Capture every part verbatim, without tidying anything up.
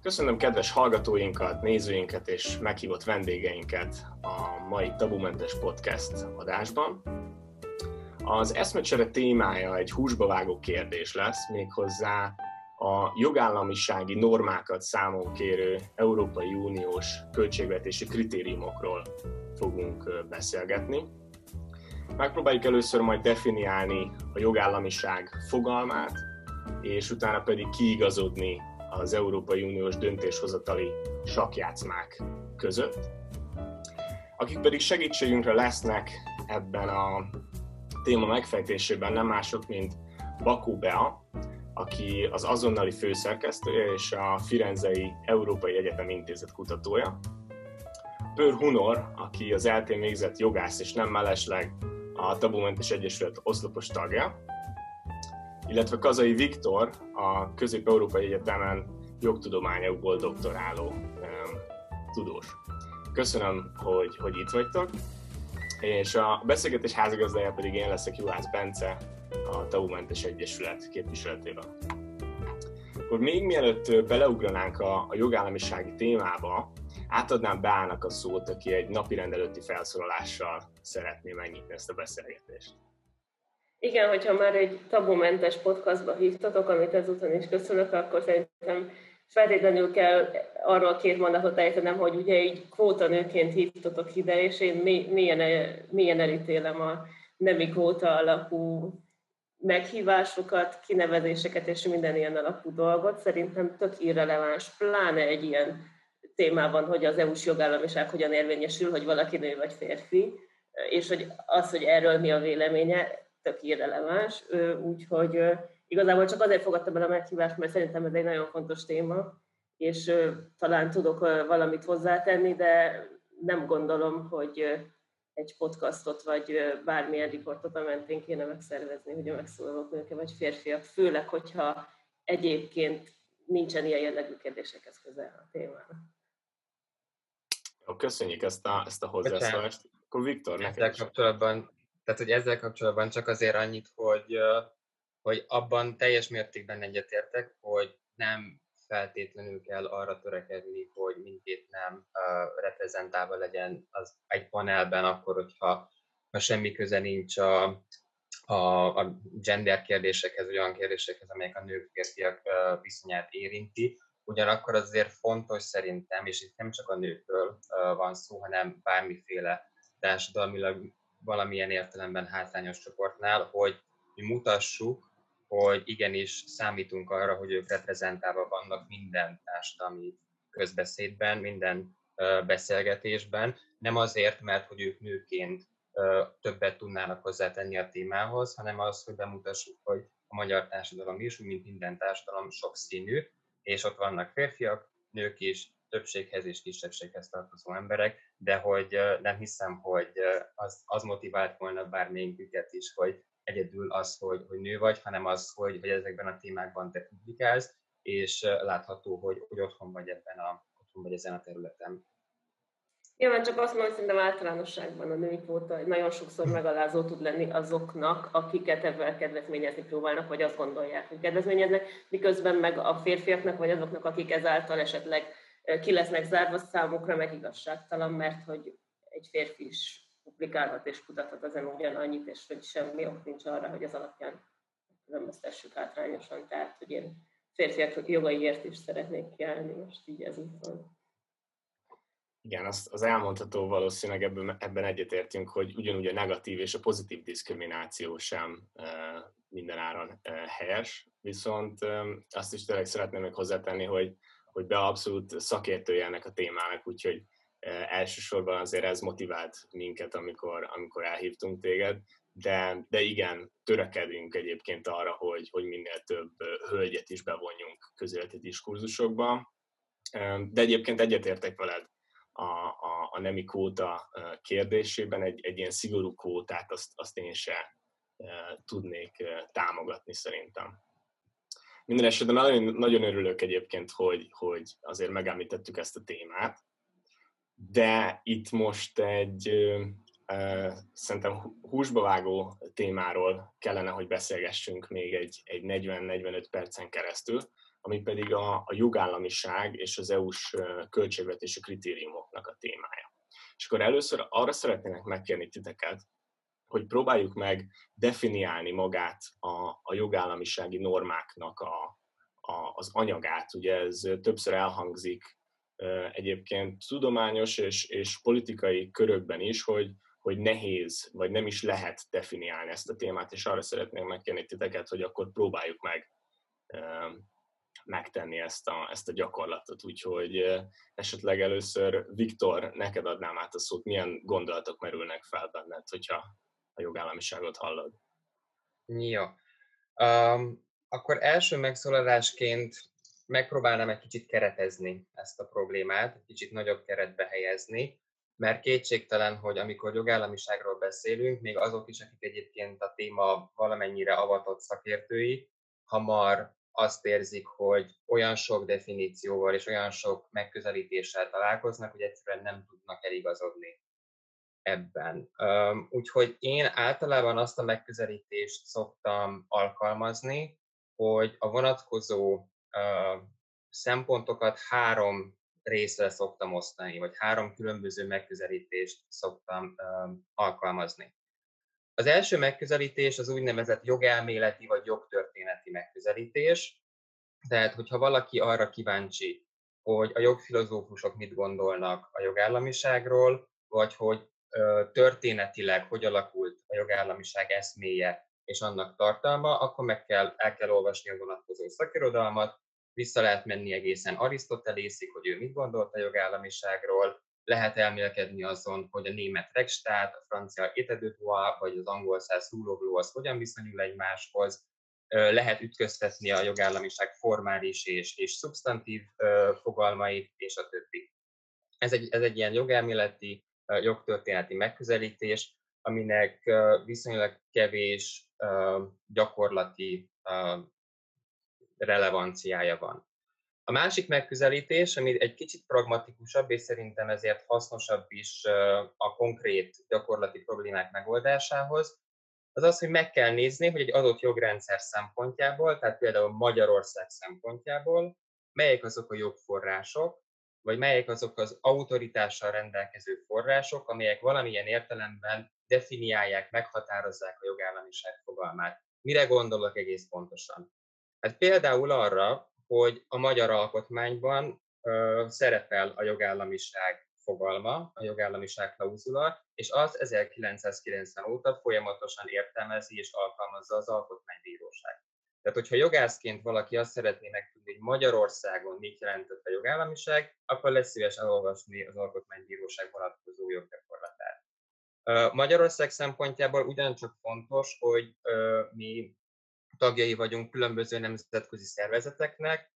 Köszönöm kedves hallgatóinkat, nézőinket és meghívott vendégeinket a mai Tabumentes Podcast adásban. Az eszmecsere témája egy húsba vágó kérdés lesz, méghozzá a jogállamisági normákat számon kérő Európai Uniós költségvetési kritériumokról fogunk beszélgetni. Megpróbáljuk először majd definiálni a jogállamiság fogalmát, és utána pedig kiigazodni az Európai Uniós döntéshozatali sakkjátszmák között. Akik pedig segítségünkre lesznek ebben a téma megfejtésében nem mások, mint Bakó Bea, aki az azonnali főszerkesztője és a Firenzei Európai Egyetem Intézet kutatója. Pör Hunor, aki az é el tén végzett jogász és nem mellesleg a Tabumentes Egyesület oszlopos tagja, illetve Kazai Viktor, a Közép-Európai Egyetemen jogtudományokból doktoráló um, tudós. Köszönöm, hogy, hogy itt vagytok, és a beszélgetés házigazdája pedig én leszek, Juhász Bence, a Tabumentes Egyesület képviseletében. Akkor még mielőtt beleugranánk a, a jogállamisági témába, átadnám Beának a szót, aki egy napirend előtti felszólalással szeretné megnyitni ezt a beszélgetést. Igen, hogyha már egy tabumentes podcastba hívtatok, amit ezúton is köszönök, akkor szerintem feltétlenül kell arról két mondatot ejtenem, hogy ugye így kvótanőként hívtatok ide, és én mélyen, mélyen elítélem a nemi kvóta alapú meghívásokat, kinevezéseket és minden ilyen alapú dolgot. Szerintem tök irreleváns, pláne egy ilyen témában, hogy az é u-s jogállamiság hogyan érvényesül, hogy valaki nő vagy férfi, és hogy az, hogy erről mi a véleménye, tök irreleváns, úgyhogy igazából csak azért fogadtam el a meghívást, mert szerintem ez egy nagyon fontos téma, és talán tudok valamit hozzátenni, de nem gondolom, hogy egy podcastot vagy bármilyen riportot a mentén kéne megszervezni, hogy a megszólalók nők vagy férfiak, főleg, hogyha egyébként nincsen ilyen jellegű kérdésekhez közel a témának. Jó, köszönjük ezt a, ezt a hozzászólást. Akkor Viktor, ezzel kapcsolatban, tehát hogy ezzel kapcsolatban csak azért annyit, hogy, hogy abban teljes mértékben egyetértek, hogy nem feltétlenül kell arra törekedni, hogy mindkét nem reprezentálva legyen az egy panelben, akkor, hogyha ha semmi köze nincs a, a, a gender kérdésekhez, olyan kérdésekhez, amelyek a nők-férfiak viszonyát érinti. Ugyanakkor azért fontos szerintem, és itt nem csak a nőkről van szó, hanem bármiféle társadalmilag valamilyen értelemben hátrányos csoportnál, hogy mi mutassuk, hogy igenis számítunk arra, hogy ők reprezentálva vannak minden társadalmi közbeszédben, minden beszélgetésben. Nem azért, mert hogy ők nőként többet tudnának hozzátenni a témához, hanem az, hogy bemutassuk, hogy a magyar társadalom is, mint minden társadalom sokszínű, és ott vannak férfiak, nők is, többséghez és kisebbséghez tartozó emberek, de hogy nem hiszem, hogy az, az motivált volna bármelyiküket is, hogy egyedül az, hogy, hogy nő vagy, hanem az, hogy, hogy ezekben a témákban te publikálsz, és látható, hogy, hogy otthon vagy ebben a, otthon vagy ezen a területen. Nyilván csak azt mondom, hogy szerintem általánosságban a női kvóta nagyon sokszor megalázó tud lenni azoknak, akiket ebben kedvezményezni próbálnak, vagy azt gondolják, hogy kedvezményeznek, miközben meg a férfiaknak, vagy azoknak, akik ezáltal esetleg ki lesznek zárva, számukra meg igazságtalan, mert hogy egy férfi is publikálhat és kutathat ezen ugyanannyit, és hogy semmi ok nincs arra, hogy az alapján különböztessük hátrányosan. Tehát, hogy én férfiak jogaiért is szeretnék kiállni, most így ez így van. Igen, az, az elmondható, valószínűleg ebben, ebben egyetértünk, hogy ugyanúgy a negatív és a pozitív diszkrimináció sem e, mindenáron e, helyes, viszont e, azt is tényleg szeretném még hozzátenni, hogy, hogy be abszolút szakértője ennek a témának, úgyhogy e, elsősorban azért ez motivált minket, amikor, amikor elhívtunk téged, de, de igen, törekedünk egyébként arra, hogy, hogy minél több hölgyet is bevonjunk közéleti diskurzusokba, e, de egyébként egyetértek veled, A, a, a nemi kvóta kérdésében egy, egy ilyen szigorú kvótát azt, azt én se e, tudnék e, támogatni szerintem. Minden esetben nagyon, nagyon örülök egyébként, hogy, hogy azért megemlítettük ezt a témát, de itt most egy, szerintem húsba vágó témáról kellene, hogy beszélgessünk még egy, egy negyven-negyvenöt percen keresztül, ami pedig a, a jogállamiság és az é u-s költségvetési kritériumoknak a témája. És akkor először arra szeretnének megkérni titeket, hogy próbáljuk meg definiálni magát a, a jogállamisági normáknak a, a, az anyagát. Ugye ez többször elhangzik egyébként tudományos és, és politikai körökben is, hogy, hogy nehéz, vagy nem is lehet definiálni ezt a témát, és arra szeretnék megkérni titeket, hogy akkor próbáljuk meg megtenni ezt a, ezt a gyakorlatot. Úgyhogy esetleg először, Viktor, neked adnám át a szót, milyen gondolatok merülnek fel benned, hogyha a jogállamiságot hallod? Jó. Um, akkor első megszólalásként megpróbálnám egy kicsit keretezni ezt a problémát, egy kicsit nagyobb keretbe helyezni, mert kétségtelen, hogy amikor jogállamiságról beszélünk, még azok is, akik egyébként a téma valamennyire avatott szakértői, hamar azt érzik, hogy olyan sok definícióval és olyan sok megközelítéssel találkoznak, hogy egyszerűen nem tudnak eligazodni ebben. Úgyhogy én általában azt a megközelítést szoktam alkalmazni, hogy a vonatkozó szempontokat három részre szoktam osztani, vagy három különböző megközelítést szoktam alkalmazni. Az első megközelítés az úgynevezett jogelméleti vagy jogtörténeti megközelítés. Tehát, hogyha valaki arra kíváncsi, hogy a jogfilozófusok mit gondolnak a jogállamiságról, vagy hogy történetileg hogy alakult a jogállamiság eszméje és annak tartalma, akkor meg kell, el kell olvasni a vonatkozó szakirodalmat, vissza lehet menni egészen Arisztotelészig, hogy ő mit gondolt a jogállamiságról, lehet elmélkedni azon, hogy a német Rechtsstaat, a francia état de droit, vagy az angol száz rule of law az hogyan viszonyul egymáshoz, lehet ütköztetni a jogállamiság formális és, és szubstantív fogalmait, és a többi. Ez egy, ez egy ilyen jogelméleti, jogtörténeti megközelítés, aminek viszonylag kevés gyakorlati relevanciája van. A másik megközelítés, ami egy kicsit pragmatikusabb, és szerintem ezért hasznosabb is a konkrét gyakorlati problémák megoldásához, az az, hogy meg kell nézni, hogy egy adott jogrendszer szempontjából, tehát például Magyarország szempontjából, melyek azok a jogforrások, vagy melyek azok az autoritással rendelkező források, amelyek valamilyen értelemben definiálják, meghatározzák a jogállamiság fogalmát. Mire gondolok egész pontosan? Hát például arra, hogy a magyar alkotmányban ö, szerepel a jogállamiság fogalma, a jogállamiság klauzula, és az ezerkilencszázkilencven óta folyamatosan értelmezi és alkalmazza az Alkotmánybíróság. Tehát, hogyha jogászként valaki azt szeretné megtudni, hogy Magyarországon mit jelentett a jogállamiság, akkor lesz szíves elolvasni az Alkotmánybíróság vonatkozó joggyakorlatát. Magyarország szempontjából ugyancsak fontos, hogy mi tagjai vagyunk különböző nemzetközi szervezeteknek,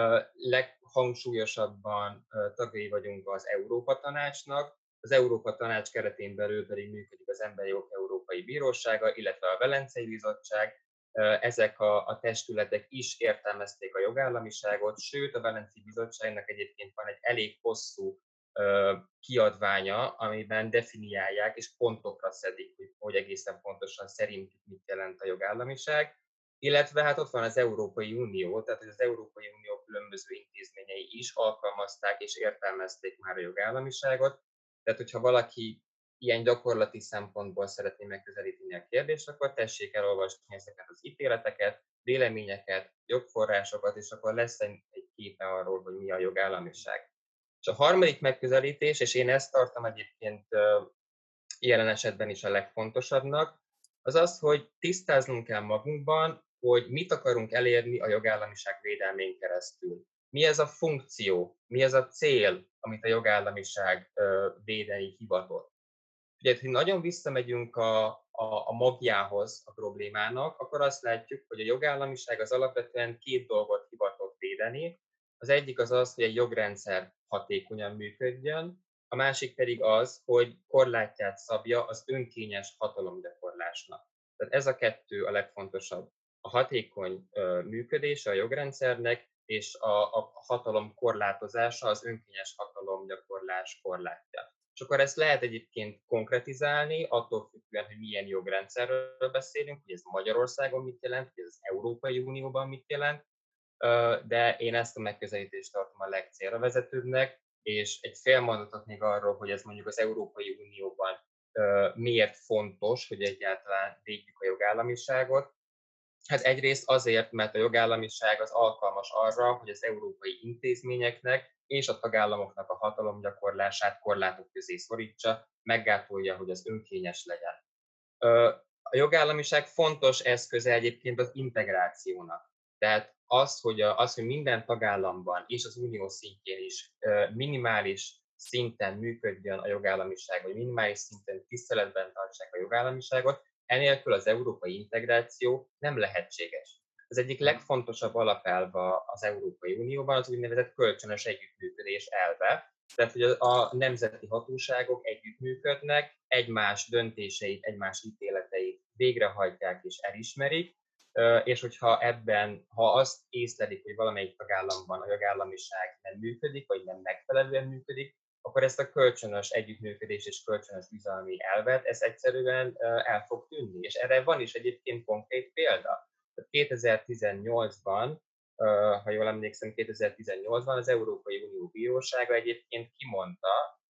leghangsúlyosabban tagjai vagyunk az Európa Tanácsnak, az Európa Tanács keretén belül pedig működik az Emberi Jogok Európai Bírósága, illetve a Velencei Bizottság. Ezek a, a testületek is értelmezték a jogállamiságot, sőt a Velencei Bizottságnak egyébként van egy elég hosszú kiadványa, amiben definiálják és pontokra szedik, hogy, hogy egészen pontosan szerintük mit jelent a jogállamiság. Illetve hát ott van az Európai Unió, tehát az Európai Unió különböző intézményei is alkalmazták és értelmezték már a jogállamiságot. Tehát, hogyha valaki ilyen gyakorlati szempontból szeretné megközelíteni a kérdést, akkor tessék elolvasni ezeket az ítéleteket, véleményeket, jogforrásokat, és akkor lesz egy képe arról, hogy mi a jogállamiság. És a harmadik megközelítés, és én ezt tartom egyébként jelen esetben is a legfontosabbnak, az az, hogy tisztáznunk kell magunkban, hogy mit akarunk elérni a jogállamiság védelmén keresztül. Mi ez a funkció, mi ez a cél, amit a jogállamiság védeni hivatott. Ugye, ha nagyon visszamegyünk a, a, a magjához a problémának, akkor azt látjuk, hogy a jogállamiság az alapvetően két dolgot hivatott védeni. Az egyik az az, hogy egy jogrendszer hatékonyan működjön, a másik pedig az, hogy korlátját szabja az önkényes hatalomgyakorlásnak. Tehát ez a kettő a legfontosabb. A hatékony működése a jogrendszernek és a, a hatalom korlátozása az önkényes hatalomgyakorlás korlátja. És akkor ezt lehet egyébként konkretizálni, attól függően, hogy milyen jogrendszerről beszélünk, hogy ez Magyarországon mit jelent, hogy ez az Európai Unióban mit jelent, de én ezt a megközelítést tartom a legcélra vezetőbbnek, és egy fél mondatot még arról, hogy ez mondjuk az Európai Unióban miért fontos, hogy egyáltalán védjük a jogállamiságot. Hát egyrészt azért, mert a jogállamiság az alkalmas arra, hogy az európai intézményeknek és a tagállamoknak a hatalomgyakorlását korlátok közé szorítsa, meggátolja, hogy az önkényes legyen. A jogállamiság fontos eszköze egyébként az integrációnak. Tehát az, hogy, a, az, hogy minden tagállamban és az unió szintjén is minimális szinten működjön a jogállamiság, vagy minimális szinten tiszteletben tartsák a jogállamiságot, enélkül az európai integráció nem lehetséges. Az egyik legfontosabb alapelve az Európai Unióban az úgynevezett kölcsönös együttműködés elve, tehát hogy a nemzeti hatóságok együttműködnek, egymás döntéseit, egymás ítéleteit végrehajtják és elismerik, és hogyha ebben, ha azt észlelik, hogy valamelyik tagállamban a jogállamiság nem működik, vagy nem megfelelően működik, akkor ezt a kölcsönös együttműködés és kölcsönös bizalmi elvet, ez egyszerűen el fog tűnni. És erre van is egyébként konkrét példa. kétezer-tizennyolcban, ha jól emlékszem, kétezer-tizennyolcban az Európai Unió Bírósága egyébként kimondta,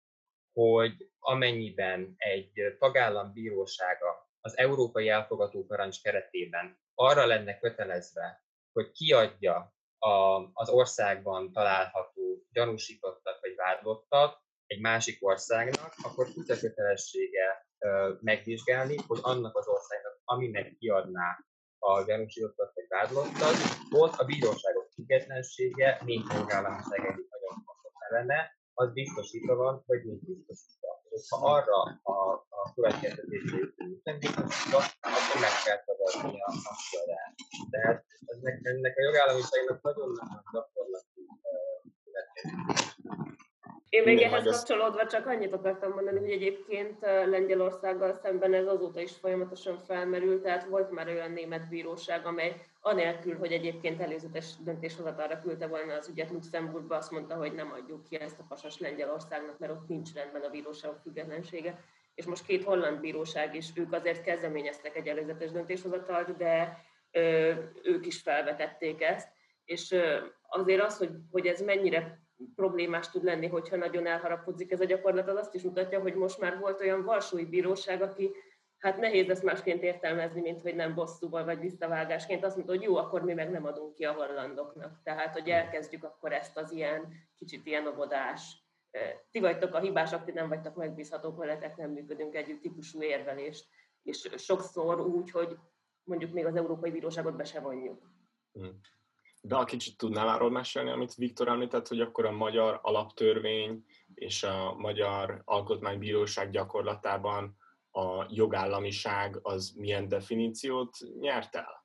hogy amennyiben egy tagállam bírósága az európai elfogató parancs keretében arra lenne kötelezve, hogy kiadja a, az országban található gyanúsítottat vagy vádlottat egy másik országnak, akkor kutya kötelessége ö, megvizsgálni, hogy annak az országnak, aminek kiadná a gyanúsítottat vagy vádlottat, ott a bíróságok függetlensége, mint a jogállamiság egyik nagyon fontos eleme, az biztosítva van, vagy nincs biztosítva. És ha arra a, a következtetésre jutunk, nem biztosítva, akkor meg kell tagadnia a kiadást. Tehát ennek, ennek a jogállamiságnak nagyon-nagyon gyakorlati következtetés. Én még ehhez kapcsolódva csak annyit akartam mondani, hogy egyébként Lengyelországgal szemben ez azóta is folyamatosan felmerült, tehát volt már olyan német bíróság, amely anélkül, hogy egyébként előzetes döntéshozatalra küldte volna az ügyet Luxemburgba, azt mondta, hogy nem adjuk ki ezt a pasas Lengyelországnak, mert ott nincs rendben a bíróságok függetlensége. És most két holland bíróság is, ők azért kezdeményeztek egy előzetes döntéshozatalt, de ö, ők is felvetették ezt. És ö, azért az, hogy, hogy ez mennyire problémás tud lenni, hogyha nagyon elharapodzik ez a gyakorlat, az azt is mutatja, hogy most már volt olyan varsói bíróság, aki hát nehéz ezt másként értelmezni, mint hogy nem bosszúval vagy visszavágásként. Azt mondta, hogy jó, akkor mi meg nem adunk ki a hollandoknak. Tehát, hogy elkezdjük akkor ezt az ilyen, kicsit ilyen obodás. Ti vagytok a hibásak, ti nem vagytok megbízhatók, veletek nem működünk együtt típusú érvelést. És sokszor úgy, hogy mondjuk még az Európai Bíróságot be se vonjuk. Hmm. De ha kicsit tudnál arról mesélni, amit Viktor említett, hogy akkor a magyar alaptörvény és a magyar alkotmánybíróság gyakorlatában a jogállamiság az milyen definíciót nyert el?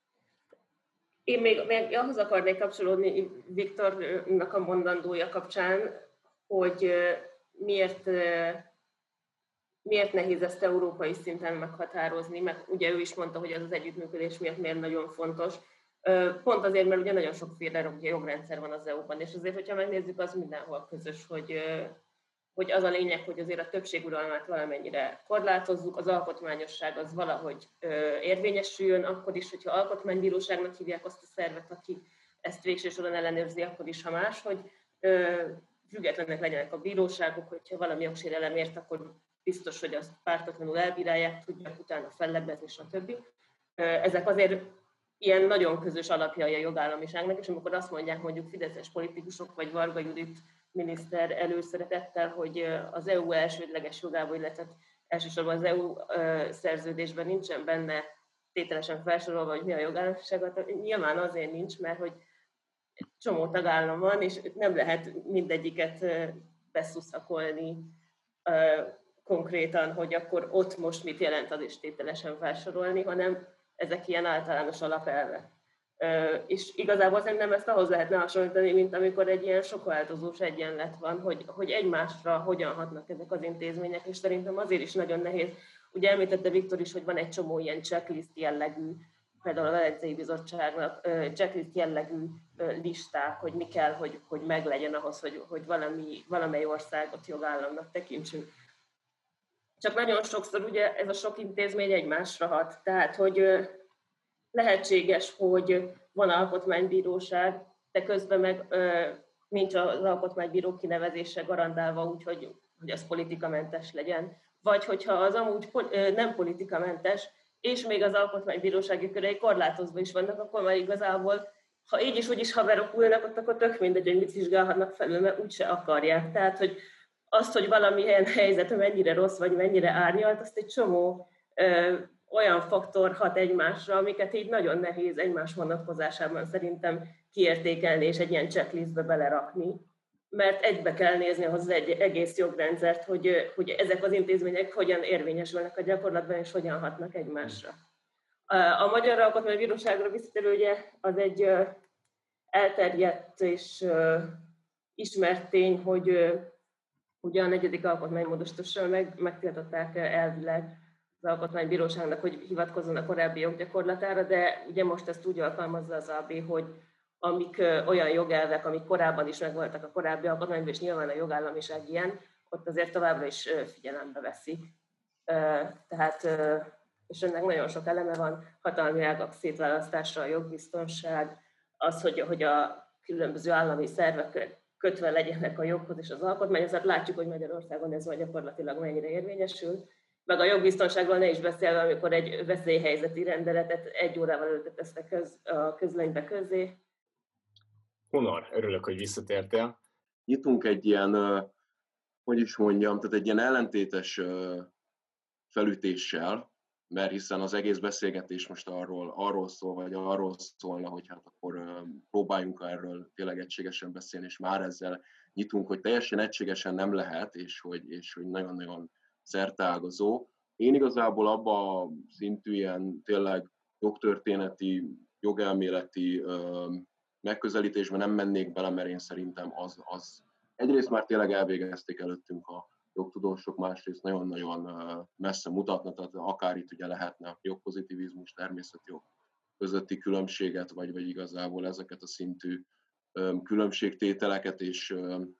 Én még, még ahhoz akarnék kapcsolódni Viktornak a mondandója kapcsán, hogy miért, miért nehéz ezt európai szinten meghatározni, meg ugye ő is mondta, hogy ez az együttműködés miért, miért nagyon fontos. Pont azért, mert ugye nagyon sokféle jogrendszer van az é u-ban, és azért, hogyha megnézzük, az mindenhol közös, hogy, hogy az a lényeg, hogy azért a többséguralmát valamennyire korlátozzuk, az alkotmányosság az valahogy érvényesüljön, akkor is, hogyha alkotmánybíróságnak hívják azt a szervet, aki ezt végső soron ellenőrzi, akkor is, ha más, hogy függetlenek legyenek a bíróságok, hogyha valami jogsérelem ért, akkor biztos, hogy azt pártatlanul elbírálják, tudják utána fellebbezni, stb. Ezek azért ilyen nagyon közös alapjai a jogállamiságnak, és amikor azt mondják mondjuk fideszes politikusok, vagy Varga Judit miniszter előszeretettel, hogy az é u elsődleges jogában, illetve elsősorban az é u szerződésben nincsen benne tételesen felsorolva, hogy mi a jogállamiság, nyilván azért nincs, mert hogy csomó tagállam van, és nem lehet mindegyiket beszuszakolni konkrétan, hogy akkor ott most mit jelent az is tételesen felsorolni, hanem ezek ilyen általános alapelvek. És igazából szerintem ezt ahhoz lehetne hasonlítani, mint amikor egy ilyen sokváltozós egyenlet van, hogy, hogy egymásra hogyan hatnak ezek az intézmények, és szerintem azért is nagyon nehéz. Ugye említette Viktor is, hogy van egy csomó ilyen checklist jellegű például a Velencei Bizottságnak checklist jellegű listák, hogy mi kell, hogy, hogy meglegyen ahhoz, hogy, hogy valami, valamely országot jogállamnak tekintsünk. Csak nagyon sokszor ugye ez a sok intézmény egymásra hat. Tehát, hogy lehetséges, hogy van alkotmánybíróság, de közben meg nincs az alkotmánybíró kinevezése garantálva úgy, hogy, hogy az politikamentes legyen. Vagy hogyha az amúgy nem politikamentes, és még az alkotmánybírósági körei korlátozva is vannak, akkor már igazából, ha így is úgy is haverok ülnek, ott akkor tök mindegy, hogy mit vizsgálhatnak felül, mert úgyse akarják. Tehát, hogy azt, hogy valamilyen helyzet mennyire rossz, vagy mennyire árnyalt, azt egy csomó ö, olyan faktor hat egymásra, amiket így nagyon nehéz egymás vonatkozásában szerintem kiértékelni, és egy ilyen checklistbe belerakni. Mert egybe kell nézni ahhoz egy egész jogrendszert, hogy, hogy ezek az intézmények hogyan érvényesülnek a gyakorlatban, és hogyan hatnak egymásra. A Magyar Alkotmánybíróságra visszatérő, ugye, az egy elterjedt és ismert tény, hogy ugye a negyedik alkotmánymódosítással meg, megtiltották elvileg az Alkotmánybíróságnak, hogy hivatkozzon a korábbi joggyakorlatára, de ugye most ezt úgy alkalmazza az á bé, hogy amik olyan jogelvek, amik korábban is megvoltak a korábbi alkotmányban, és nyilván a jogállamiság ilyen, ott azért továbbra is figyelembe veszik. Tehát, és ennek nagyon sok eleme van, hatalmi ágak szétválasztása, a jogbiztonság, az, hogy, hogy a különböző állami szervek kötve legyenek a joghoz és az alkotmányhoz. Hát látjuk, hogy Magyarországon ez gyakorlatilag mennyire érvényesül. Meg a jogbiztonságról ne is beszélve, amikor egy veszélyhelyzeti rendeletet egy órával ültetesznek köz, a közlönybe közzé. Hunor, örülök, hogy visszatértél. Nyitunk egy ilyen, hogy is mondjam, tehát egy ilyen ellentétes felütéssel, mert hiszen az egész beszélgetés most arról, arról szól, vagy arról szólna, hogy hát akkor próbáljunk erről tényleg egységesen beszélni, és már ezzel nyitunk, hogy teljesen egységesen nem lehet, és hogy, és hogy nagyon-nagyon szerteágazó. Én igazából abba a szintű ilyen tényleg jogtörténeti, jogelméleti megközelítésben nem mennék bele, mert én szerintem az, az egyrészt már tényleg elvégezték előttünk a jogtudósok, másrészt nagyon-nagyon messze mutatna, tehát akár itt ugye lehetne a jogpozitivizmus, természetjog közötti különbséget, vagy, vagy igazából ezeket a szintű különbségtételeket és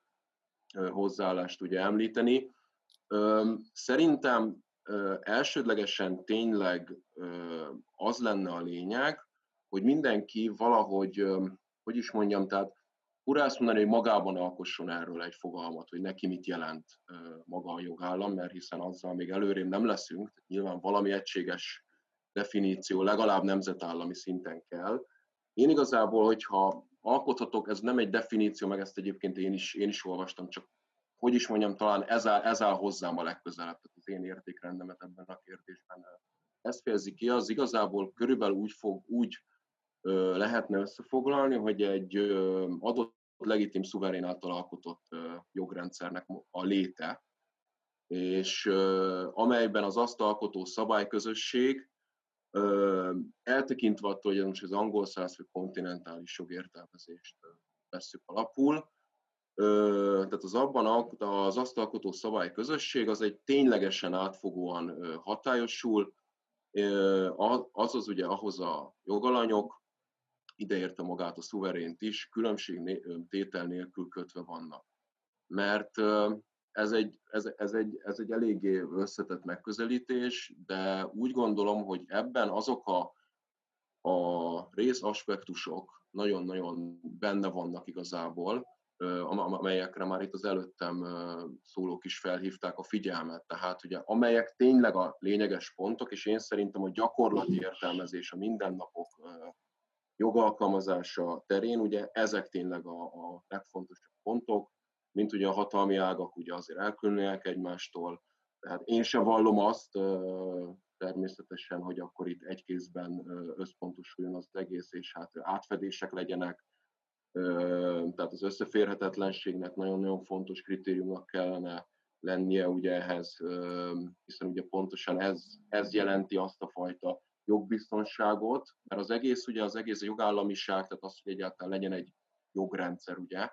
hozzáállást ugye említeni. Szerintem elsődlegesen tényleg az lenne a lényeg, hogy mindenki valahogy, hogy is mondjam, tehát ura azt mondani, hogy magában alkosson erről egy fogalmat, hogy neki mit jelent maga a jogállam, mert hiszen azzal még előrébb nem leszünk, tehát nyilván valami egységes definíció legalább nemzetállami szinten kell. Én igazából, hogyha alkothatok, ez nem egy definíció, meg ezt egyébként én is, én is olvastam, csak hogy is mondjam, talán ez áll, ez áll hozzám a legközelebb, tehát az én értékrendemet ebben a kérdésben. Ez fejezi ki, az igazából körülbelül úgy fog, úgy ö, lehetne összefoglalni, hogy egy ö, adott legitim szuverén által alkotott ö, jogrendszernek a léte, és ö, amelyben az azt alkotó szabályközösség, ö, eltekintve attól, hogy most az angol száz vagy kontinentális jogértelmezést vesszük alapul, tehát az abban az azt alkotó szabályközösség az egy ténylegesen átfogóan hatályosul, az az ugye ahhoz a jogalanyok, ideérte magát a szuverént is, különbségtétel nélkül kötve vannak. Mert ez egy, ez, ez, egy, ez egy eléggé összetett megközelítés, de úgy gondolom, hogy ebben azok a, a részaspektusok nagyon-nagyon benne vannak igazából, amelyekre már itt az előttem szólók is felhívták a figyelmet. Tehát ugye, amelyek tényleg a lényeges pontok, és én szerintem a gyakorlati értelmezés, a mindennapok jogalkalmazása terén, ugye ezek tényleg a, a legfontosabb pontok, mint ugye a hatalmi ágak ugye azért elkülönülnek egymástól. Tehát én sem vallom azt természetesen, hogy akkor itt egy kézben összpontosuljon az egész, és hát átfedések legyenek. Tehát az összeférhetetlenségnek nagyon-nagyon fontos kritériumnak kellene lennie ugye ehhez, hiszen ugye pontosan ez, ez jelenti azt a fajta jogbiztonságot, mert az egész ugye az egész jogállamiság, tehát az, hogy egyáltalán legyen egy jogrendszer, ugye,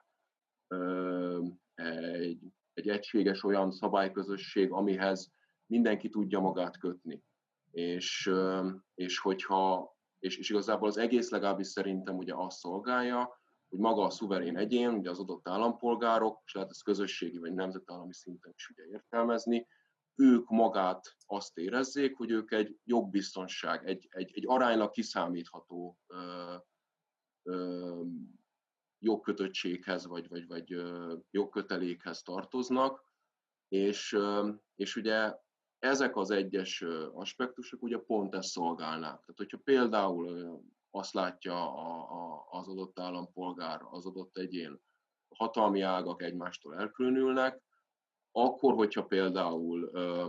egy, egy egységes olyan szabályközösség, amihez mindenki tudja magát kötni. És, és hogyha és, és igazából az egész legalábbis szerintem ugye azt szolgálja, hogy maga a szuverén egyén, ugye az adott állampolgárok, és lehet ezt közösségi vagy nemzetállami szinten is ugye értelmezni, ők magát azt érezzék, hogy ők egy jogbiztonság, egy, egy, egy aránylag kiszámítható ö, ö, jogkötöttséghez, vagy, vagy, vagy ö, jogkötelékhez tartoznak, és, ö, és ugye ezek az egyes aspektusok ugye pont ezt szolgálnák. Tehát, hogyha például azt látja a, a, az adott állampolgár, az adott egyén, a hatalmi ágak egymástól elkülönülnek, akkor, hogyha például ö,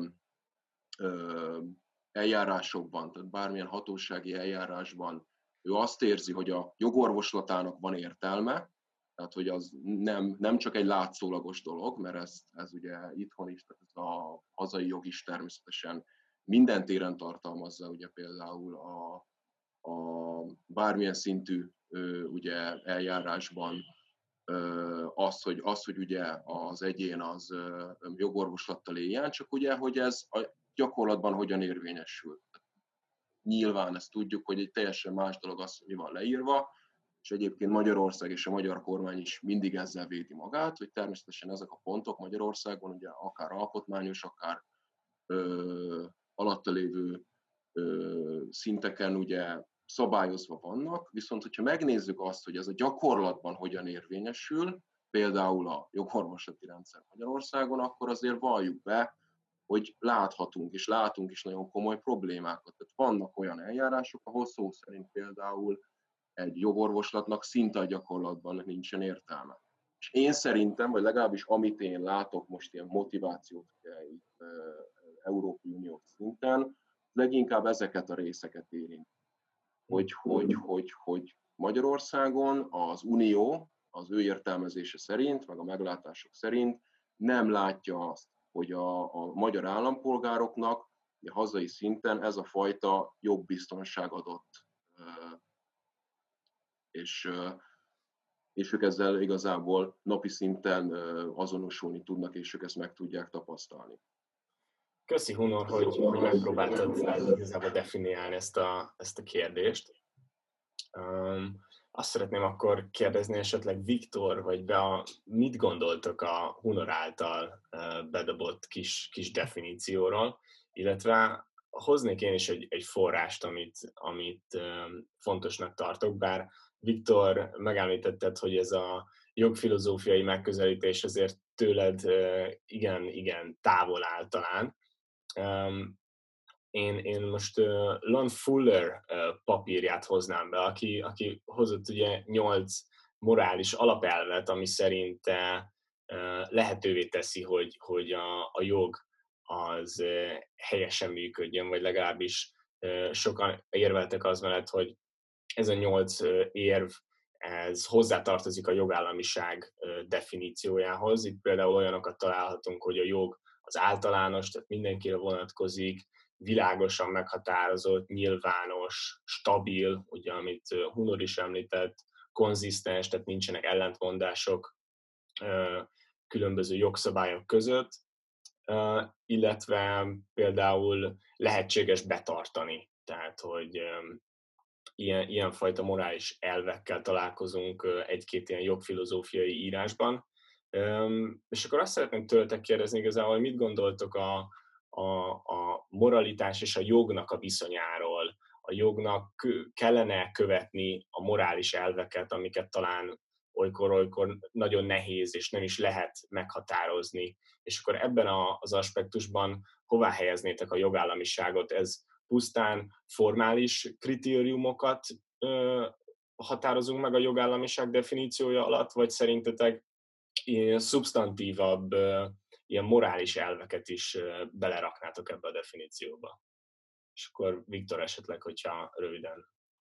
ö, eljárásokban, tehát bármilyen hatósági eljárásban ő azt érzi, hogy a jogorvoslatának van értelme, tehát hogy az nem, nem csak egy látszólagos dolog, mert ez, ez ugye itthon is, tehát ez a hazai jog is természetesen minden téren tartalmazza, ugye például a, a bármilyen szintű ugye eljárásban az, hogy, az, hogy ugye az egyén az jogorvoslattal éljen, csak ugye, hogy ez a gyakorlatban hogyan érvényesül. Nyilván ezt tudjuk, hogy egy teljesen más dolog az, hogy mi van leírva, és egyébként Magyarország és a magyar kormány is mindig ezzel védi magát, hogy természetesen ezek a pontok Magyarországon ugye akár alkotmányos, akár ö, alatta lévő ö, szinteken ugye szabályozva vannak, viszont hogyha megnézzük azt, hogy ez a gyakorlatban hogyan érvényesül, például a jogorvoslati rendszer Magyarországon, akkor azért valljuk be, hogy láthatunk, és látunk is nagyon komoly problémákat. Tehát vannak olyan eljárások, ahol szó szerint például egy jogorvoslatnak szinte a gyakorlatban nincsen értelme. És én szerintem, vagy legalábbis amit én látok most ilyen motivációt itt Európai Unió szinten, leginkább ezeket a részeket érint. Hogy, hogy, hogy, hogy Magyarországon az Unió az ő értelmezése szerint, meg a meglátások szerint nem látja azt, hogy a, a magyar állampolgároknak a hazai szinten ez a fajta jogbiztonság adott. És, és ők ezzel igazából napi szinten azonosulni tudnak, és ők ezt meg tudják tapasztalni. Köszi, Hunor, hogy, hogy megpróbáltad igazából definiálni ezt a, ezt a kérdést. Um, azt szeretném akkor kérdezni esetleg Viktor, hogy be a, mit gondoltok a Hunor által uh, bedobott kis, kis definícióról, illetve hoznék én is egy, egy forrást, amit, amit um, fontosnak tartok, bár Viktor, megemlítetted, hogy ez a jogfilozófiai megközelítés azért tőled uh, igen, igen távol áll talán. Um, Én, én most uh, Lon Fuller uh, papírját hoznám be, aki, aki hozott ugye nyolc morális alapelvet, ami szerint uh, lehetővé teszi, hogy, hogy a, a jog az uh, helyesen működjön, vagy legalábbis uh, sokan érveltek az mellett, hogy ez a nyolc uh, érv, ez hozzátartozik a jogállamiság uh, definíciójához. Itt például olyanokat találhatunk, hogy a jog az általános, tehát mindenkire vonatkozik, világosan meghatározott, nyilvános, stabil, ugye, amit Hunor is említett, konzisztens, tehát nincsenek ellentmondások különböző jogszabályok között, illetve például lehetséges betartani, tehát hogy ilyen, ilyenfajta morális elvekkel találkozunk egy-két ilyen jogfilozófiai írásban. És akkor azt szeretném tőletek kérdezni igazából, hogy mit gondoltok a A, a moralitás és a jognak a viszonyáról. A jognak kellene követni a morális elveket, amiket talán olykor-olykor nagyon nehéz és nem is lehet meghatározni. És akkor ebben az aspektusban hová helyeznétek a jogállamiságot? Ez pusztán formális kritériumokat ö, határozunk meg a jogállamiság definíciója alatt, vagy szerintetek ilyen szubstantívabb ö, ilyen morális elveket is beleraknátok ebbe a definícióba. És akkor Viktor esetleg, hogyha röviden.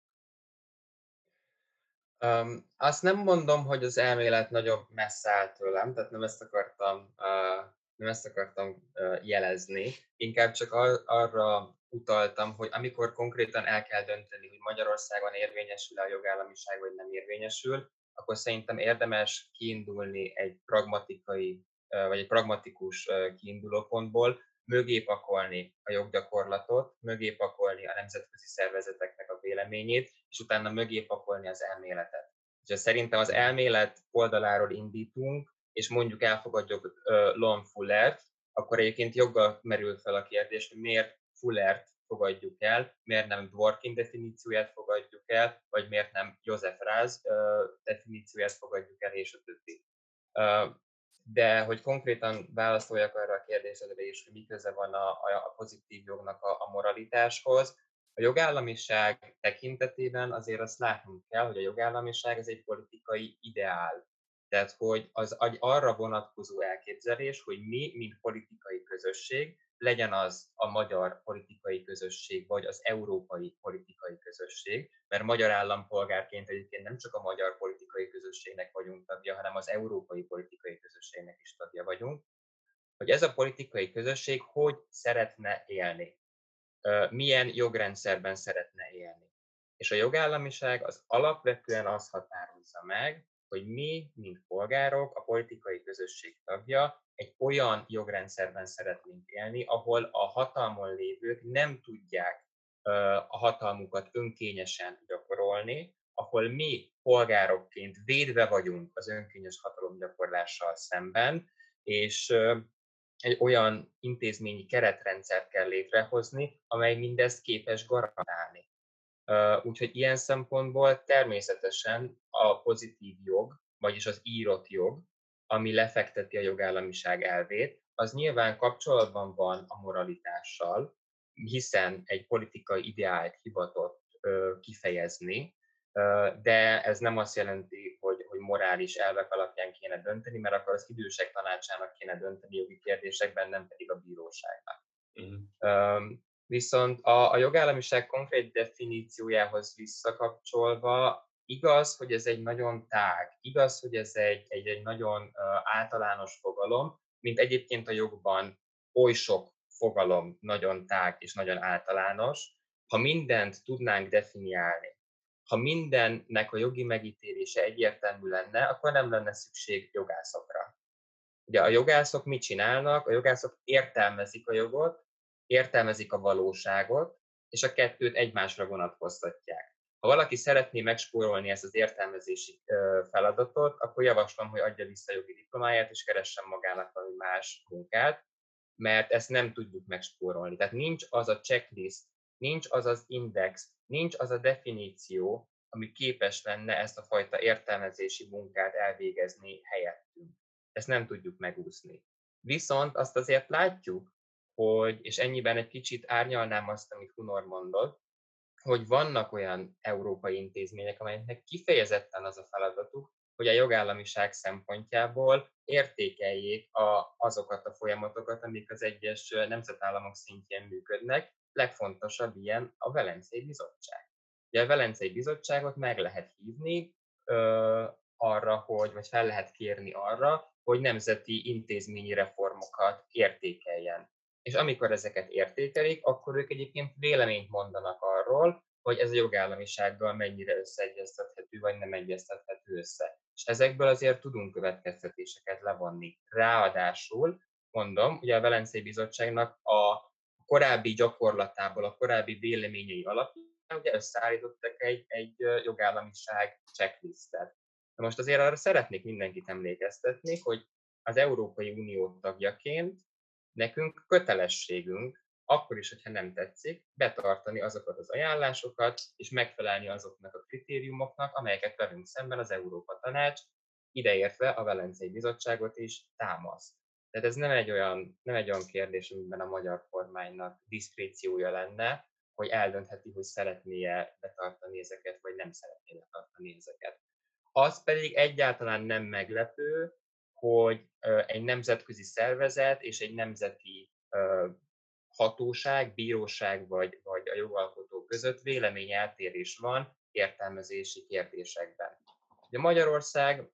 Um, azt nem mondom, hogy az elmélet nagyobb messze áll tőlem, tehát nem ezt akartam, uh, nem ezt akartam uh, jelezni. Inkább csak ar- arra utaltam, hogy amikor konkrétan el kell dönteni, hogy Magyarországon érvényesül a jogállamiság, vagy nem érvényesül, akkor szerintem érdemes kiindulni egy pragmatikai vagy egy pragmatikus kiindulópontból, mögé pakolni a joggyakorlatot, mögé pakolni a nemzetközi szervezeteknek a véleményét, és utána mögé pakolni az elméletet. És szerintem az elmélet oldaláról indítunk, és mondjuk elfogadjuk uh, Lon Fullert, akkor egyébként joggal merül fel a kérdés, hogy miért Fullert fogadjuk el, miért nem Dworkin definícióját fogadjuk el, vagy miért nem Joseph Raz uh, definícióját fogadjuk el, és a többi. Uh, de hogy konkrétan válaszoljak arra a kérdésedre is, hogy mi köze van a, a pozitív jognak a, a moralitáshoz, a jogállamiság tekintetében azért azt látnunk kell, hogy a jogállamiság ez egy politikai ideál. Tehát, hogy az arra vonatkozó elképzelés, hogy mi, mint politikai közösség, legyen az a magyar politikai közösség, vagy az európai politikai közösség, mert magyar állampolgárként egyébként nem csak a magyar politikai közösségnek vagyunk tagja, hanem az európai politikai közösségnek is tagja vagyunk, hogy ez a politikai közösség hogy szeretne élni, milyen jogrendszerben szeretne élni. És a jogállamiság az alapvetően azt határozza meg, hogy mi, mint polgárok, a politikai közösség tagja, egy olyan jogrendszerben szeretnénk élni, ahol a hatalmon lévők nem tudják a hatalmukat önkényesen gyakorolni, ahol mi polgárokként védve vagyunk az önkényes hatalomgyakorlással szemben, és egy olyan intézményi keretrendszert kell létrehozni, amely mindezt képes garantálni. Úgyhogy ilyen szempontból természetesen a pozitív jog, vagyis az írott jog, ami lefekteti a jogállamiság elvét, az nyilván kapcsolatban van a moralitással, hiszen egy politikai ideált hivatott kifejezni, de ez nem azt jelenti, hogy, hogy morális elvek alapján kéne dönteni, mert akkor az idősek tanácsának kéne dönteni jogi kérdésekben, nem pedig a bíróságnak. Uh-huh. Viszont a, a jogállamiság konkrét definíciójához visszakapcsolva, igaz, hogy ez egy nagyon tág, igaz, hogy ez egy, egy, egy nagyon uh, általános fogalom, mint egyébként a jogban oly sok fogalom nagyon tág és nagyon általános. Ha mindent tudnánk definiálni, ha mindennek a jogi megítélése egyértelmű lenne, akkor nem lenne szükség jogászokra. Ugye a jogászok mit csinálnak? A jogászok értelmezik a jogot, értelmezik a valóságot, és a kettőt egymásra vonatkoztatják. Ha valaki szeretné megspórolni ezt az értelmezési feladatot, akkor javaslom, hogy adja vissza a jogi diplomáját, és keressen magának valami más munkát, mert ezt nem tudjuk megspórolni. Tehát nincs az a checklist, nincs az az index, nincs az a definíció, ami képes lenne ezt a fajta értelmezési munkát elvégezni helyettünk. Ezt nem tudjuk megúszni. Viszont azt azért látjuk, hogy, és ennyiben egy kicsit árnyalnám azt, amit Hunor mondott, hogy vannak olyan európai intézmények, amelyeknek kifejezetten az a feladatuk, hogy a jogállamiság szempontjából értékeljék a, azokat a folyamatokat, amik az egyes nemzetállamok szintjén működnek. Legfontosabb ilyen a Velencei Bizottság. Ugye a Velencei Bizottságot meg lehet hívni ö, arra, hogy, vagy fel lehet kérni arra, hogy nemzeti intézményi reformokat értékeljen. És amikor ezeket értékelik, akkor ők egyébként véleményt mondanak arról, hogy ez a jogállamisággal mennyire összeegyeztethető, vagy nem egyeztethető össze. És ezekből azért tudunk következtetéseket levonni. Ráadásul, mondom, ugye a Velencei Bizottságnak a korábbi gyakorlatából, a korábbi véleményei alapján ugye összeállítottak egy, egy jogállamiság checklistet. Na most azért arra szeretnék mindenkit emlékeztetni, hogy az Európai Unió tagjaként nekünk kötelességünk, akkor is, hogyha nem tetszik, betartani azokat az ajánlásokat, és megfelelni azoknak a kritériumoknak, amelyeket velünk szemben az Európa Tanács, ideértve a Velencei Bizottságot is támaszt. Tehát ez nem egy olyan, nem egy olyan kérdés, amiben a magyar kormánynak diszkréciója lenne, hogy eldöntheti, hogy szeretné-e betartani ezeket, vagy nem szeretné betartani ezeket. Az pedig egyáltalán nem meglepő, hogy egy nemzetközi szervezet és egy nemzeti hatóság, bíróság vagy, vagy a jogalkotó között véleményeltérés van értelmezési kérdésekben. Ugye Magyarország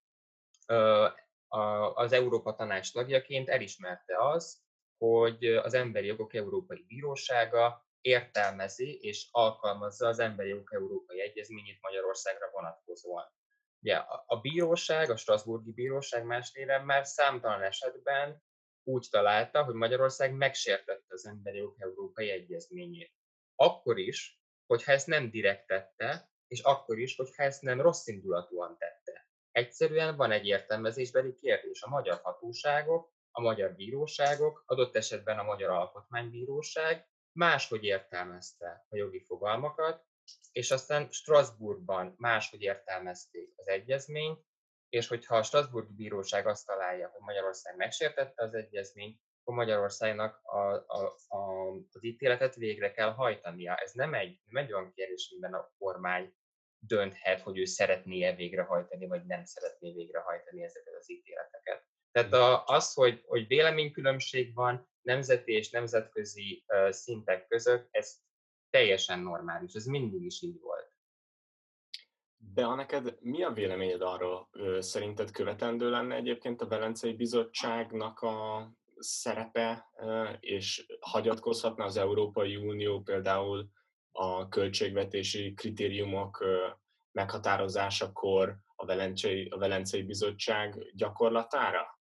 az Európa Tanács tagjaként elismerte azt, hogy az Emberi Jogok Európai Bírósága értelmezi és alkalmazza az Emberi Jogok Európai Egyezményét Magyarországra vonatkozóan. Ugye a bíróság, a Strasbourgi Bíróság más néven már számtalan esetben úgy találta, hogy Magyarország megsértette az Emberi Jogok Európai Egyezményét. Akkor is, hogyha ezt nem direkt tette, és akkor is, hogyha ezt nem rosszindulatúan tette. Egyszerűen van egy értelmezésbeli kérdés. A magyar hatóságok, a magyar bíróságok, adott esetben a Magyar Alkotmánybíróság máshogy értelmezte a jogi fogalmakat, és aztán Strasbourgban máshogy értelmezték az egyezményt, és hogyha a Strasbourgi Bíróság azt találja, hogy Magyarország megsértette az egyezményt, akkor Magyarországnak a, a, a, az ítéletet végre kell hajtania. Ez nem egy, nem egy olyan kérdés, amiben a kormány dönthet, hogy ő szeretné-e végrehajtani, vagy nem szeretné végrehajtani ezeket az ítéleteket. Tehát a, az, hogy, hogy véleménykülönbség van nemzeti és nemzetközi uh, szintek között, ez teljesen normális, ez mindig is így volt. De neked mi a véleményed arról? Szerinted követendő lenne egyébként a Velencei Bizottságnak a szerepe, és hagyatkozhatna az Európai Unió például a költségvetési kritériumok meghatározásakor a Velencei, a Velencei Bizottság gyakorlatára?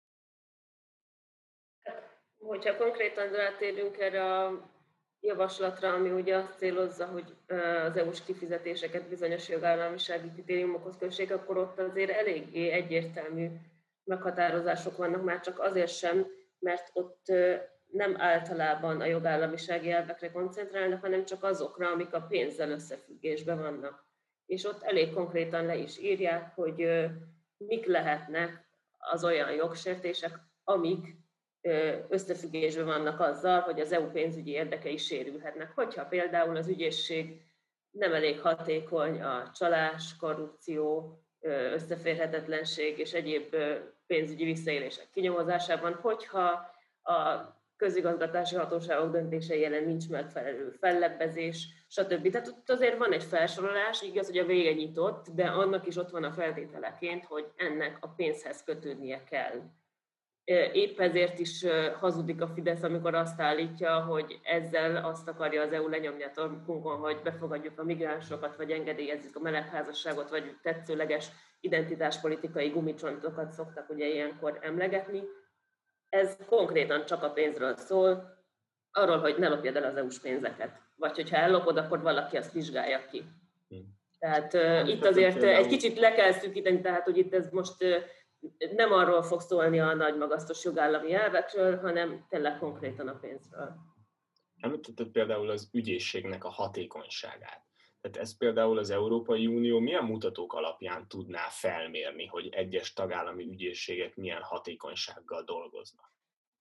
Hogyha konkrétan rátérünk erre a javaslatra, ami ugye azt célozza, hogy az é u-s kifizetéseket bizonyos jogállamisági kritériumokhoz kössék, akkor ott azért eléggé egyértelmű meghatározások vannak, már csak azért sem, mert ott nem általában a jogállamisági elvekre koncentrálnak, hanem csak azokra, amik a pénzzel összefüggésben vannak. És ott elég konkrétan le is írják, hogy mik lehetnek az olyan jogsértések, amik összefüggésben vannak azzal, hogy az é u pénzügyi érdekei sérülhetnek. Hogyha például az ügyészség nem elég hatékony a csalás, korrupció, összeférhetetlenség és egyéb pénzügyi visszaélések kinyomozásában, hogyha a közigazgatási hatóságok döntései ellen nincs megfelelő fellebbezés, stb. Tehát ott azért van egy felsorolás, igaz, hogy a vége nyitott, de annak is ott van a feltételeként, hogy ennek a pénzhez kötődnie kell. Épp ezért is hazudik a Fidesz, amikor azt állítja, hogy ezzel azt akarja az é u lenyomni a torkunkon, hogy befogadjuk a migránsokat, vagy engedélyezzük a melegházasságot, vagy tetszőleges identitáspolitikai gumicsontokat szoktak ugye ilyenkor emlegetni. Ez konkrétan csak a pénzről szól, arról, hogy ne lopjad el az é u-s pénzeket. Vagy hogyha ellopod, akkor valaki azt vizsgálja ki. Tehát uh, itt azért egy kicsit le kell szűkíteni, tehát hogy itt ez most uh, nem arról fog szólni a nagy magasztos jogállami elvekről, hanem tényleg konkrétan a pénzről. Említetted például az ügyészségnek a hatékonyságát. Tehát ez például az Európai Unió milyen mutatók alapján tudná felmérni, hogy egyes tagállami ügyészségek milyen hatékonysággal dolgoznak?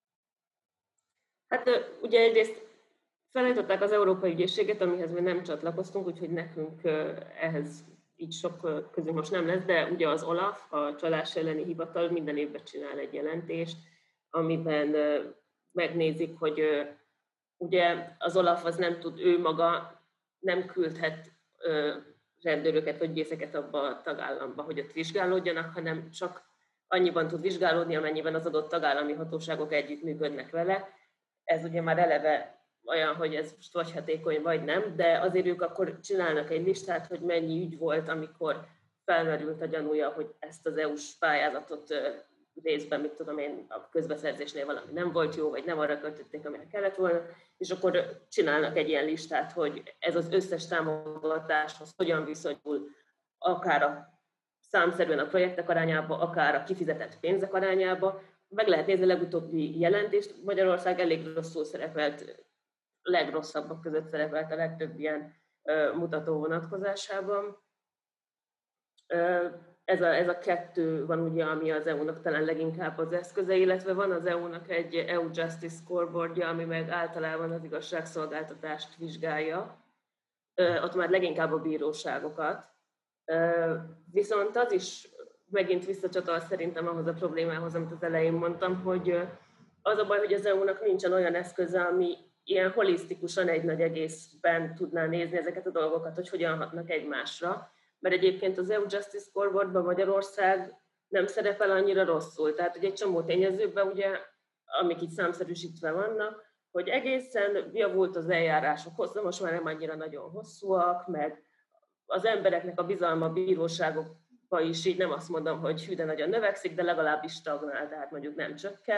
Hát ugye egyrészt felállították az Európai Ügyészséget, amihez mi nem csatlakoztunk, úgyhogy nekünk ehhez így sok közünk most nem lesz, de ugye az OLAF, a csalás elleni hivatal minden évben csinál egy jelentést, amiben megnézik, hogy ugye az OLAF az nem tud, ő maga nem küldhet rendőröket vagy ügyészeket abba a tagállamba, hogy ott vizsgálódjanak, hanem csak annyiban tud vizsgálódni, amennyiben az adott tagállami hatóságok együttműködnek vele. Ez ugye már eleve olyan, hogy ez most vagy hatékony, vagy nem, de azért ők akkor csinálnak egy listát, hogy mennyi ügy volt, amikor felmerült a gyanúja, hogy ezt az é u-s pályázatot részben, mit tudom én, a közbeszerzésnél valami nem volt jó, vagy nem arra költötték, amire kellett volna, és akkor csinálnak egy ilyen listát, hogy ez az összes támogatáshoz hogyan viszonyul, akár a számszerűen a projektek arányába, akár a kifizetett pénzek arányába. Meg lehet nézni a legutóbbi jelentést, Magyarország elég rosszul szerepelt, legrosszabbak között szerepelt a legtöbb ilyen ö, mutató vonatkozásában. Ö, ez, a, ez a kettő van ugye, ami az é u-nak talán leginkább az eszköze, illetve van az é u-nak egy é u Justice Scoreboardja, ami meg általában az igazságszolgáltatást vizsgálja, ö, ott már leginkább a bíróságokat. Ö, viszont az is megint visszacsatol szerintem ahhoz a problémához, amit az elején mondtam, hogy az a baj, hogy az é u-nak nincsen olyan eszköze, ami ilyen holisztikusan egy nagy egészben tudná nézni ezeket a dolgokat, hogy hogyan hatnak egymásra. Mert egyébként az é u Justice Scoreboardban Magyarország nem szerepel annyira rosszul. Tehát hogy egy csomó tényezőben, ugye, amik itt számszerűsítve vannak, hogy egészen javult az eljárások hossza, most már nem annyira nagyon hosszúak, meg az embereknek a bizalma a bíróságokba is így nem azt mondom, hogy hű, de nagyon növekszik, de legalábbis stagnál, tehát mondjuk nem csökken.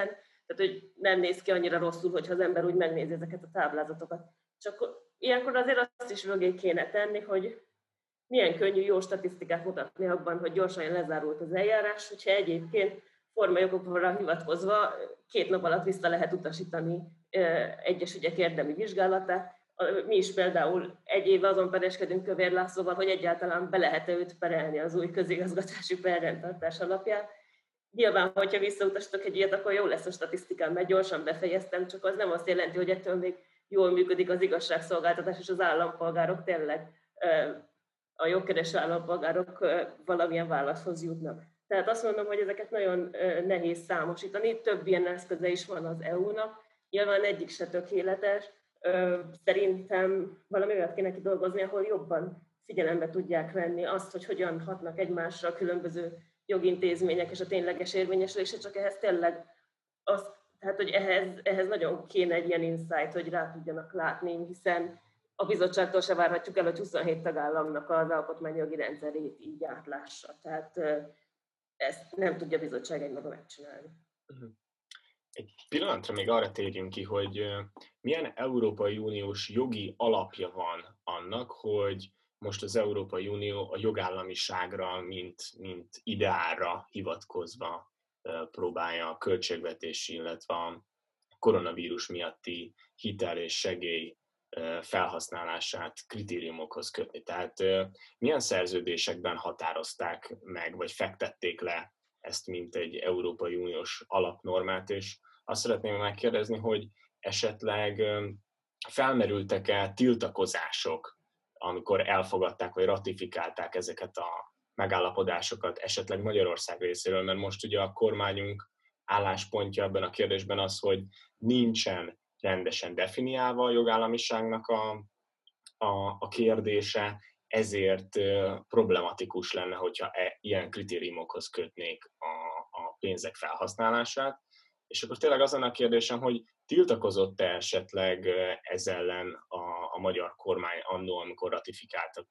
Tehát, hogy nem néz ki annyira rosszul, hogyha az ember úgy megnézi ezeket a táblázatokat. Csak ilyenkor azért azt is mögé kéne tenni, hogy milyen könnyű jó statisztikát mutatni abban, hogy gyorsan lezárult az eljárás, hogyha egyébként formai okokra hivatkozva két nap alatt vissza lehet utasítani egyes ügyek érdemi vizsgálatát. Mi is például egy éve azon pereskedünk Kövér Lászlóval, hogy egyáltalán be lehet-e őt perelni az új közigazgatási perrendtartás alapján. Nyilván, hogyha visszautasítok egy ilyet, akkor jó lesz a statisztikám, mert gyorsan befejeztem, csak az nem azt jelenti, hogy ettől még jól működik az igazságszolgáltatás, és az állampolgárok tényleg, a jogkereső állampolgárok valamilyen válaszhoz jutnak. Tehát azt mondom, hogy ezeket nagyon nehéz számosítani, több ilyen eszköze is van az é u-nak, nyilván egyik se tökéletes, szerintem valami olyat kéne kidolgozni, ahol jobban figyelembe tudják venni azt, hogy hogyan hatnak egymásra a különböző jogintézmények és a tényleges érvényesülése, csak ehhez tényleg az, tehát, hogy ehhez, ehhez nagyon kéne egy ilyen insight, hogy rá tudjanak látni, hiszen a bizottságtól se várhatjuk el, hogy huszonhét tagállamnak az alkotmányjogi rendszerét így átlássa. Tehát ezt nem tudja a bizottság egymaga megcsinálni. Egy pillanatra még arra térjünk ki, hogy milyen Európai Uniós jogi alapja van annak, hogy most az Európai Unió a jogállamiságra, mint, mint ideálra hivatkozva próbálja a költségvetési, illetve a koronavírus miatti hitel és segély felhasználását kritériumokhoz kötni. Tehát milyen szerződésekben határozták meg, vagy fektették le ezt, mint egy Európai Uniós alapnormát, és azt szeretném megkérdezni, hogy esetleg felmerültek-e tiltakozások, amikor elfogadták, vagy ratifikálták ezeket a megállapodásokat, esetleg Magyarország részéről, mert most ugye a kormányunk álláspontja ebben a kérdésben az, hogy nincsen rendesen definiálva a jogállamiságnak a, a, a kérdése, ezért problematikus lenne, hogyha e, ilyen kritériumokhoz kötnék a, a pénzek felhasználását. És akkor tényleg az a kérdésem, hogy tiltakozott-e esetleg ez ellen a, a magyar kormány annó, amikor ratifikáltak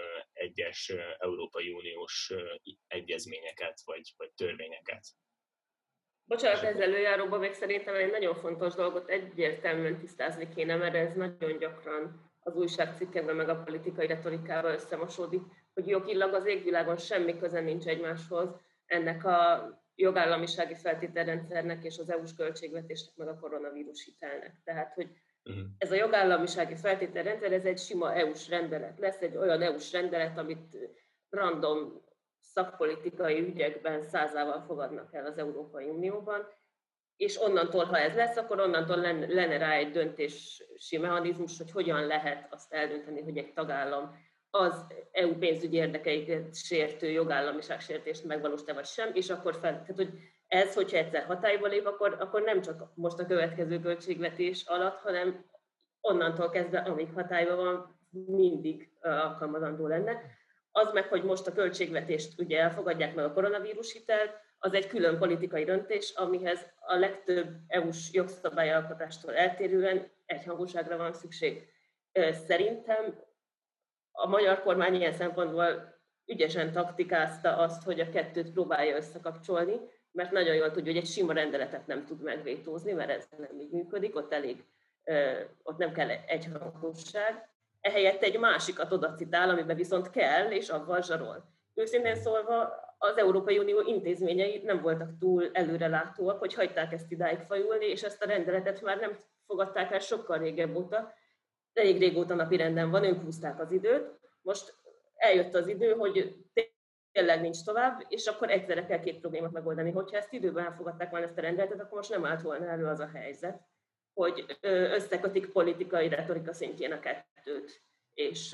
egyes Európai Uniós egyezményeket vagy, vagy törvényeket? Bocsánat, ezzel előjáróban még szerintem egy nagyon fontos dolgot egyértelműen tisztázni kéne, mert ez nagyon gyakran az újságcikkekben meg a politikai retorikával összemosódik, hogy jogilag az égvilágon semmi köze nincs egymáshoz ennek a jogállamisági feltételrendszernek és az é u-s költségvetésnek meg a koronavírus hitelnek. Tehát, hogy ez a jogállamisági feltételrendszer, ez egy sima é u-s rendelet lesz, egy olyan é u-s rendelet, amit random szakpolitikai ügyekben százával fogadnak el az Európai Unióban, és onnantól, ha ez lesz, akkor onnantól lenne rá egy döntési mechanizmus, hogy hogyan lehet azt eldönteni, hogy egy tagállam az é u pénzügyi érdekeiket sértő jogállamiságsértést megvalósít-e vagy sem, és akkor fel, tehát, hogy ez, hogyha egyszer hatályba lép, akkor, akkor nem csak most a következő költségvetés alatt, hanem onnantól kezdve, amíg hatályban van, mindig alkalmazandó lenne. Az meg, hogy most a költségvetést ugye elfogadják meg a koronavírus hitelt, az egy külön politikai döntés, amihez a legtöbb é u-s jogszabályalkotástól eltérően egyhangúságra van szükség. Szerintem a magyar kormány ilyen szempontból ügyesen taktikázta azt, hogy a kettőt próbálja összekapcsolni, mert nagyon jól tudja, hogy egy sima rendeletet nem tud megvétózni, mert ez nem így működik, ott elég, ott nem kell egyhangúság. Ehelyett egy másikat odacitál, amiben viszont kell, és avval zsarol. Őszintén szólva, az Európai Unió intézményei nem voltak túl előrelátóak, hogy hagyták ezt idáig fajulni, és ezt a rendeletet már nem fogadták el sokkal régebb óta. Elég régóta napirenden van, ők húzták az időt. Most eljött az idő, hogy tényleg nincs tovább, és akkor egyszerre kell két problémát megoldani. Hogyha ezt időben elfogadták volna ezt a rendeletet, akkor most nem állt volna elő az a helyzet, hogy összekötik politikai retorika szintjén a kettőt, és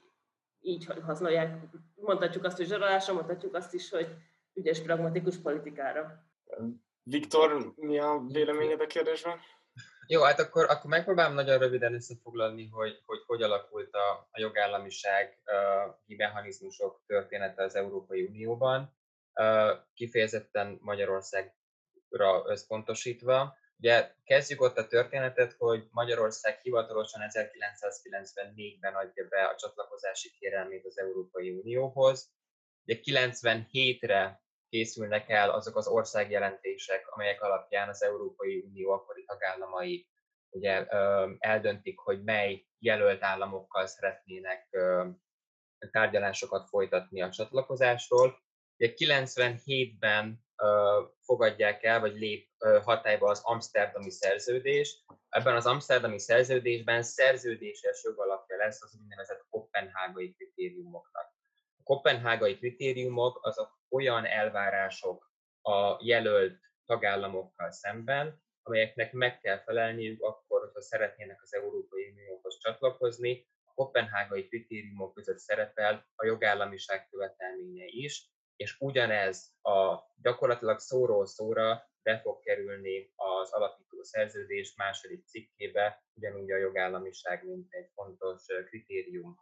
így használják. Mondhatjuk azt, hogy zsarolásra, mondhatjuk azt is, hogy ügyes, pragmatikus politikára. Viktor, mi a véleményed a kérdésben? Jó, hát akkor, akkor megpróbálom nagyon röviden összefoglalni, hogy hogy, hogy alakult a, a jogállamiság uh, mechanizmusok története az Európai Unióban, uh, kifejezetten Magyarországra összpontosítva. Ugye kezdjük ott a történetet, hogy Magyarország hivatalosan ezerkilencszázkilencvennégyben adja be a csatlakozási kérelmét az Európai Unióhoz. Ugye kilencvenhétre készülnek el azok az országjelentések, amelyek alapján az Európai Unió akkori tagállamai ugye eldöntik, hogy mely jelölt államokkal szeretnének tárgyalásokat folytatni a csatlakozásról. Ugye kilencvenhétben fogadják el, vagy lép hatályba az Amszterdami Szerződés. Ebben az Amszterdami Szerződésben szerződéses jogalapja lesz az úgynevezett koppenhágai kritériumoknak. A koppenhágai kritériumok azok olyan elvárások a jelölt tagállamokkal szemben, amelyeknek meg kell felelniük akkor, hogyha szeretnének az Európai Unióhoz csatlakozni. A koppenhágai kritériumok között szerepel a jogállamiság követelménye is, és ugyanez a gyakorlatilag szóról szóra be fog kerülni az alapító szerződés második cikkébe, ugyanúgy a jogállamiság, mint egy fontos kritérium.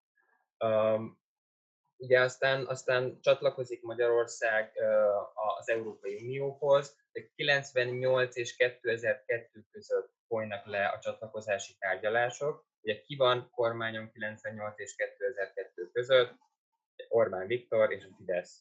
Um, ugye aztán, aztán csatlakozik Magyarország uh, az Európai Unióhoz, de kilencvennyolc és kétezer-kettő között folynak le a csatlakozási tárgyalások. Ugye ki van kormányon kilencvennyolc és kétezer-kettő között? Orbán Viktor és a Fidesz.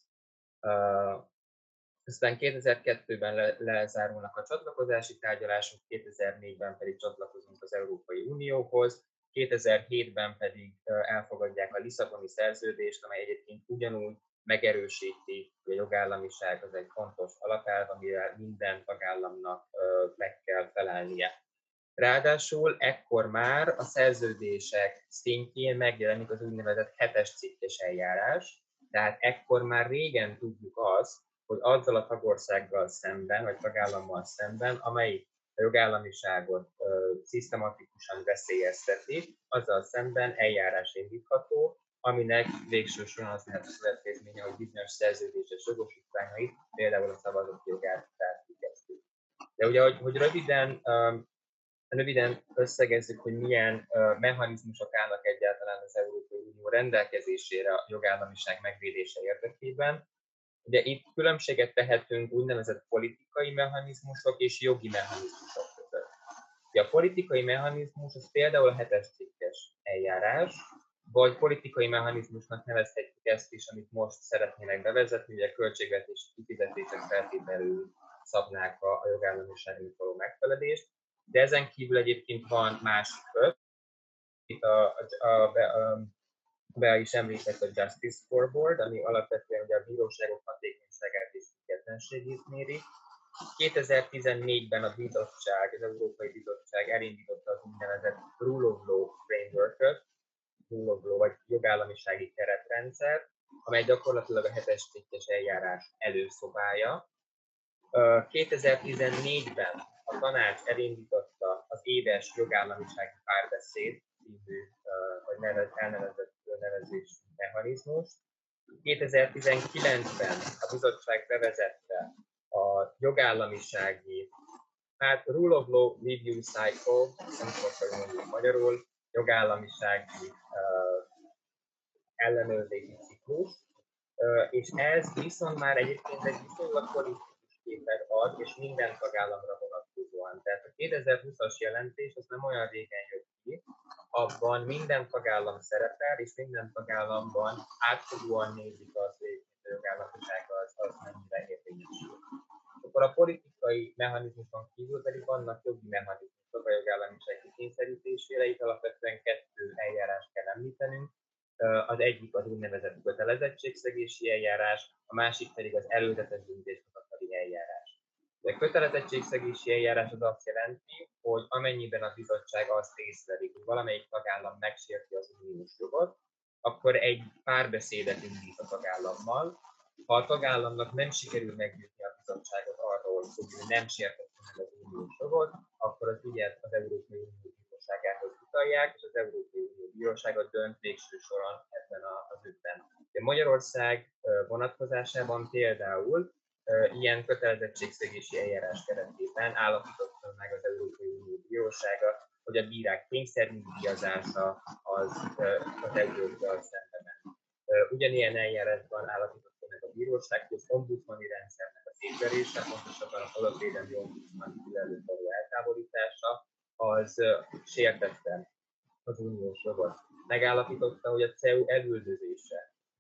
Uh, aztán kétezer-kettőben le, lezárulnak a csatlakozási tárgyalások, kétezer-négyben pedig csatlakozunk az Európai Unióhoz, kétezer-hétben pedig uh, elfogadják a Lisszaboni Szerződést, amely egyébként ugyanúgy megerősíti, hogy a jogállamiság az egy fontos alapelv, amire minden tagállamnak uh, meg kell felelnie. Ráadásul ekkor már a szerződések szintjén megjelenik az úgynevezett hetes cikkes eljárás, tehát ekkor már régen tudjuk azt, hogy azzal a tagországgal szemben, vagy tagállammal szemben, amelyik a jogállamiságot ö, szisztematikusan veszélyezteti, azzal szemben eljárás indítható, aminek végső soron az lehet a következménye, hogy bizonyos szerződéses jogosítványait, például a szavazati jogát felfüggesztik. De ugye, hogy, hogy röviden, ö, röviden összegezzük, hogy milyen ö, mechanizmusok állnak egyáltalán az Európai Unió rendelkezésére a jogállamiság megvédése érdekében. Ugye itt különbséget tehetünk úgynevezett politikai mechanizmusok és jogi mechanizmusok között. Ugye a politikai mechanizmus az például a hetes cikkes eljárás, vagy politikai mechanizmusnak nevezhetjük ezt is, amit most szeretnének bevezetni, ugye a költségvetési kifizetések feltétlenül szabnák a, a jogállamiságnak való megfelelést, de ezen kívül egyébként van másik öt, itt a, a, a, a, a be is említett a Justice Scoreboard, ami alapvetően ugye a bíróságok hatékonyságát és függetlenségét méri. kétezer-tizennégyben a bizottság, az Európai Bizottság elindította az úgynevezett Rule of Law Framework-öt, Rule of Law, vagy jogállamisági keretrendszer, amely gyakorlatilag a hetes cikkes eljárás előszobája. kétezer-tizennégyben a tanács elindította az éves jogállamisági párbeszéd című, vagy nevez, elnevezett nevezés mechanizmus. kétezer-tizenkilencben a bizottság bevezette a jogállamisági, hát Rule of Law Review Cycle, nem tudom, hogy mondjuk magyarul, jogállamisági uh, ellenőrzési ciklus, uh, és ez viszont már egyébként egy viszonylag politikus képet ad, és minden tagállamra vonatkozóan. Tehát a kétezer-húszas jelentés az nem olyan régen jött ki, abban minden tagállam szerepel, és minden tagállamban átfogóan nézik azt, hogy a jogállamiság az, az mennyire érvényesül. Akkor a politikai mechanizmuson kívül pedig vannak jogi mechanizmusok a jogállamiság kikényszerítésére, itt alapvetően kettő eljárást kell említenünk. Az egyik az úgynevezett kötelezettségszegési eljárás, a másik pedig az előzetes döntéshozatali eljárás. A kötelezettségszegési eljárás az azt jelenti, hogy amennyiben a bizottság azt észleli, hogy valamelyik tagállam megsérti az uniós jogot, akkor egy párbeszédet indít a tagállammal. Ha a tagállamnak nem sikerül meggyőzni a bizottságot arról, hogy ő nem sértette meg az uniós jogot, akkor az ügyet az Európai Unió Bíróságához utalják, és az Európai Unió Bírósága dönt végső soron ebben az ügyben. Magyarország vonatkozásában például ilyen kötelezettségszegési eljárás keretében állapította meg az Európai Unió Bírósága, hogy a bírák kényszernyugdíjazása az az euróval szemben ment. Ugyanilyen eljárásban állapította meg a bíróság, hogy az ombudsmani rendszernek a szétverése, pontosabban az adatvédelmi ombudsman előtt való eltávolítása, az sértette az uniós jogot. Megállapította, hogy a cé e u elüldözése,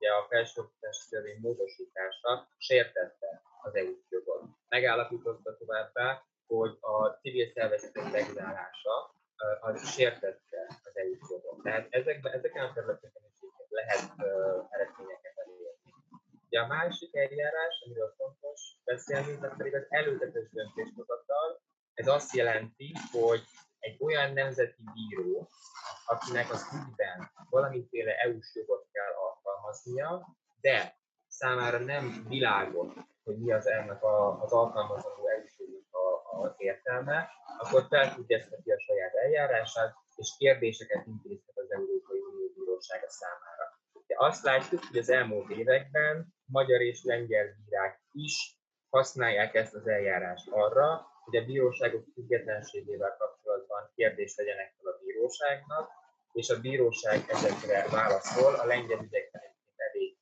ugye a felsőoktatási törvény módosítása sértette az é u jogot. Megállapította továbbá, hogy a civil szervezetek legzárása az sértette az é u jogot. Tehát ezekben, ezeken a területeken is lehet uh, eredményeket elérni. Ugye a másik eljárás, amiről fontos beszélni, ez pedig az előzetes döntéshozatal. Ez azt jelenti, hogy egy olyan nemzeti bíró, akinek az ügyben valamiféle é u-s jogot kell alkalmaznia, de számára nem világos, hogy mi az ennek a, az alkalmazandó é u-s jognak az értelme, akkor felfüggesztheti a saját eljárását, és kérdéseket intézhet az Európai Unió Bírósága számára. De azt látjuk, hogy az elmúlt években magyar és lengyel bírák is használják ezt az eljárást arra, hogy a bíróságok függetlenségével kapcsolatban kérdést legyenek fel a bíróságnak, és a bíróság ezekre válaszol. A lengyel ügyekben elég,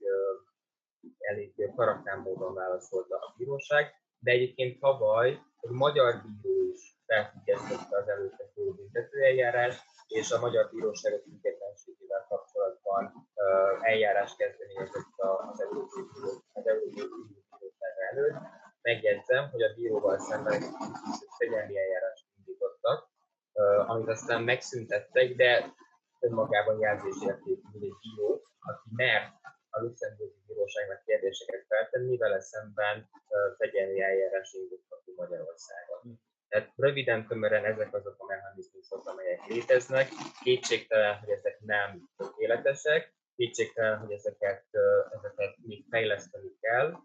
elég karaktán módon válaszolta a bíróság, de egyébként tavaly egy magyar bíró is felfüggesztette az előtte folyó büntetőeljárást, és a magyar bíróságok függetlenségével kapcsolatban uh, eljárás kezdeményezett az Európai Unió Bírósága előtt. Megjegyzem, hogy a bíróval szemben egy fegyelmi eljárást indítottak, uh, amit aztán megszüntettek, de önmagában jelzésértékű, hogy egy bíró, aki mert a luxemburgi bíróságnak kérdéseket feltenni, vele szemben uh, fegyelmi eljárás indítható Magyarországon. Tehát röviden, tömören ezek azok a mechanizmusok, amelyek léteznek. Kétségtelen, hogy ezek nem tökéletesek, kétségtelen, hogy ezeket, ezeket még fejleszteni kell,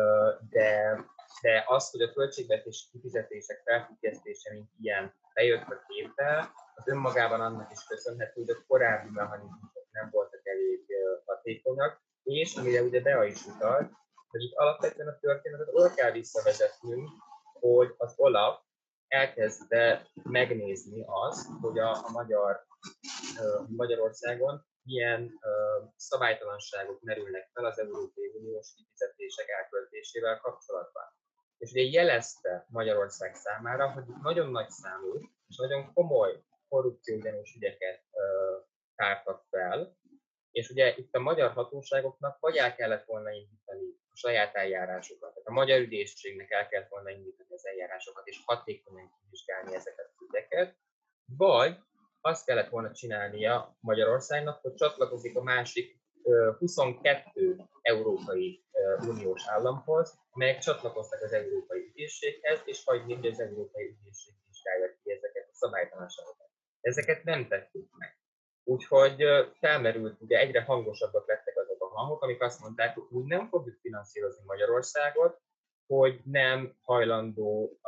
de, de az, hogy a költségvetési kifizetések felfüggesztése, mint ilyen bejött a képbe, az önmagában annak is köszönhető, hogy a korábbi mechanizmusok nem voltak elég hatékonyak, és amire ugye Bea is utalt, hogy itt alapvetően a történetet oda kell visszavezetnünk, hogy az OLAF elkezdte megnézni azt, hogy a, a magyar, uh, Magyarországon milyen uh, szabálytalanságok merülnek fel az Európai Uniós kifizetések elköltésével kapcsolatban. És ugye jelezte Magyarország számára, hogy nagyon nagy számú és nagyon komoly korrupciógyanús ügyeket uh, tártak fel, és ugye itt a magyar hatóságoknak vagy el kellett volna indítani a saját eljárásokat, tehát a magyar ügyészségnek el kellett volna indítani az eljárásokat, és hatékonyan kivizsgálni ezeket az ügyeket, vagy azt kellett volna csinálnia Magyarországnak, hogy csatlakozik a másik huszonkettő európai uniós államhoz, amelyek csatlakoztak az európai ügyészséghez, és hagyni, hogy az európai ügyészség vizsgálja ki ezeket a szabálytalanságokat. Ezeket nem tettük meg. Úgyhogy felmerült, ugye egyre hangosabbak lettek azok a hangok, amik azt mondták, hogy úgy nem fogjuk finanszírozni Magyarországot, hogy nem hajlandó uh,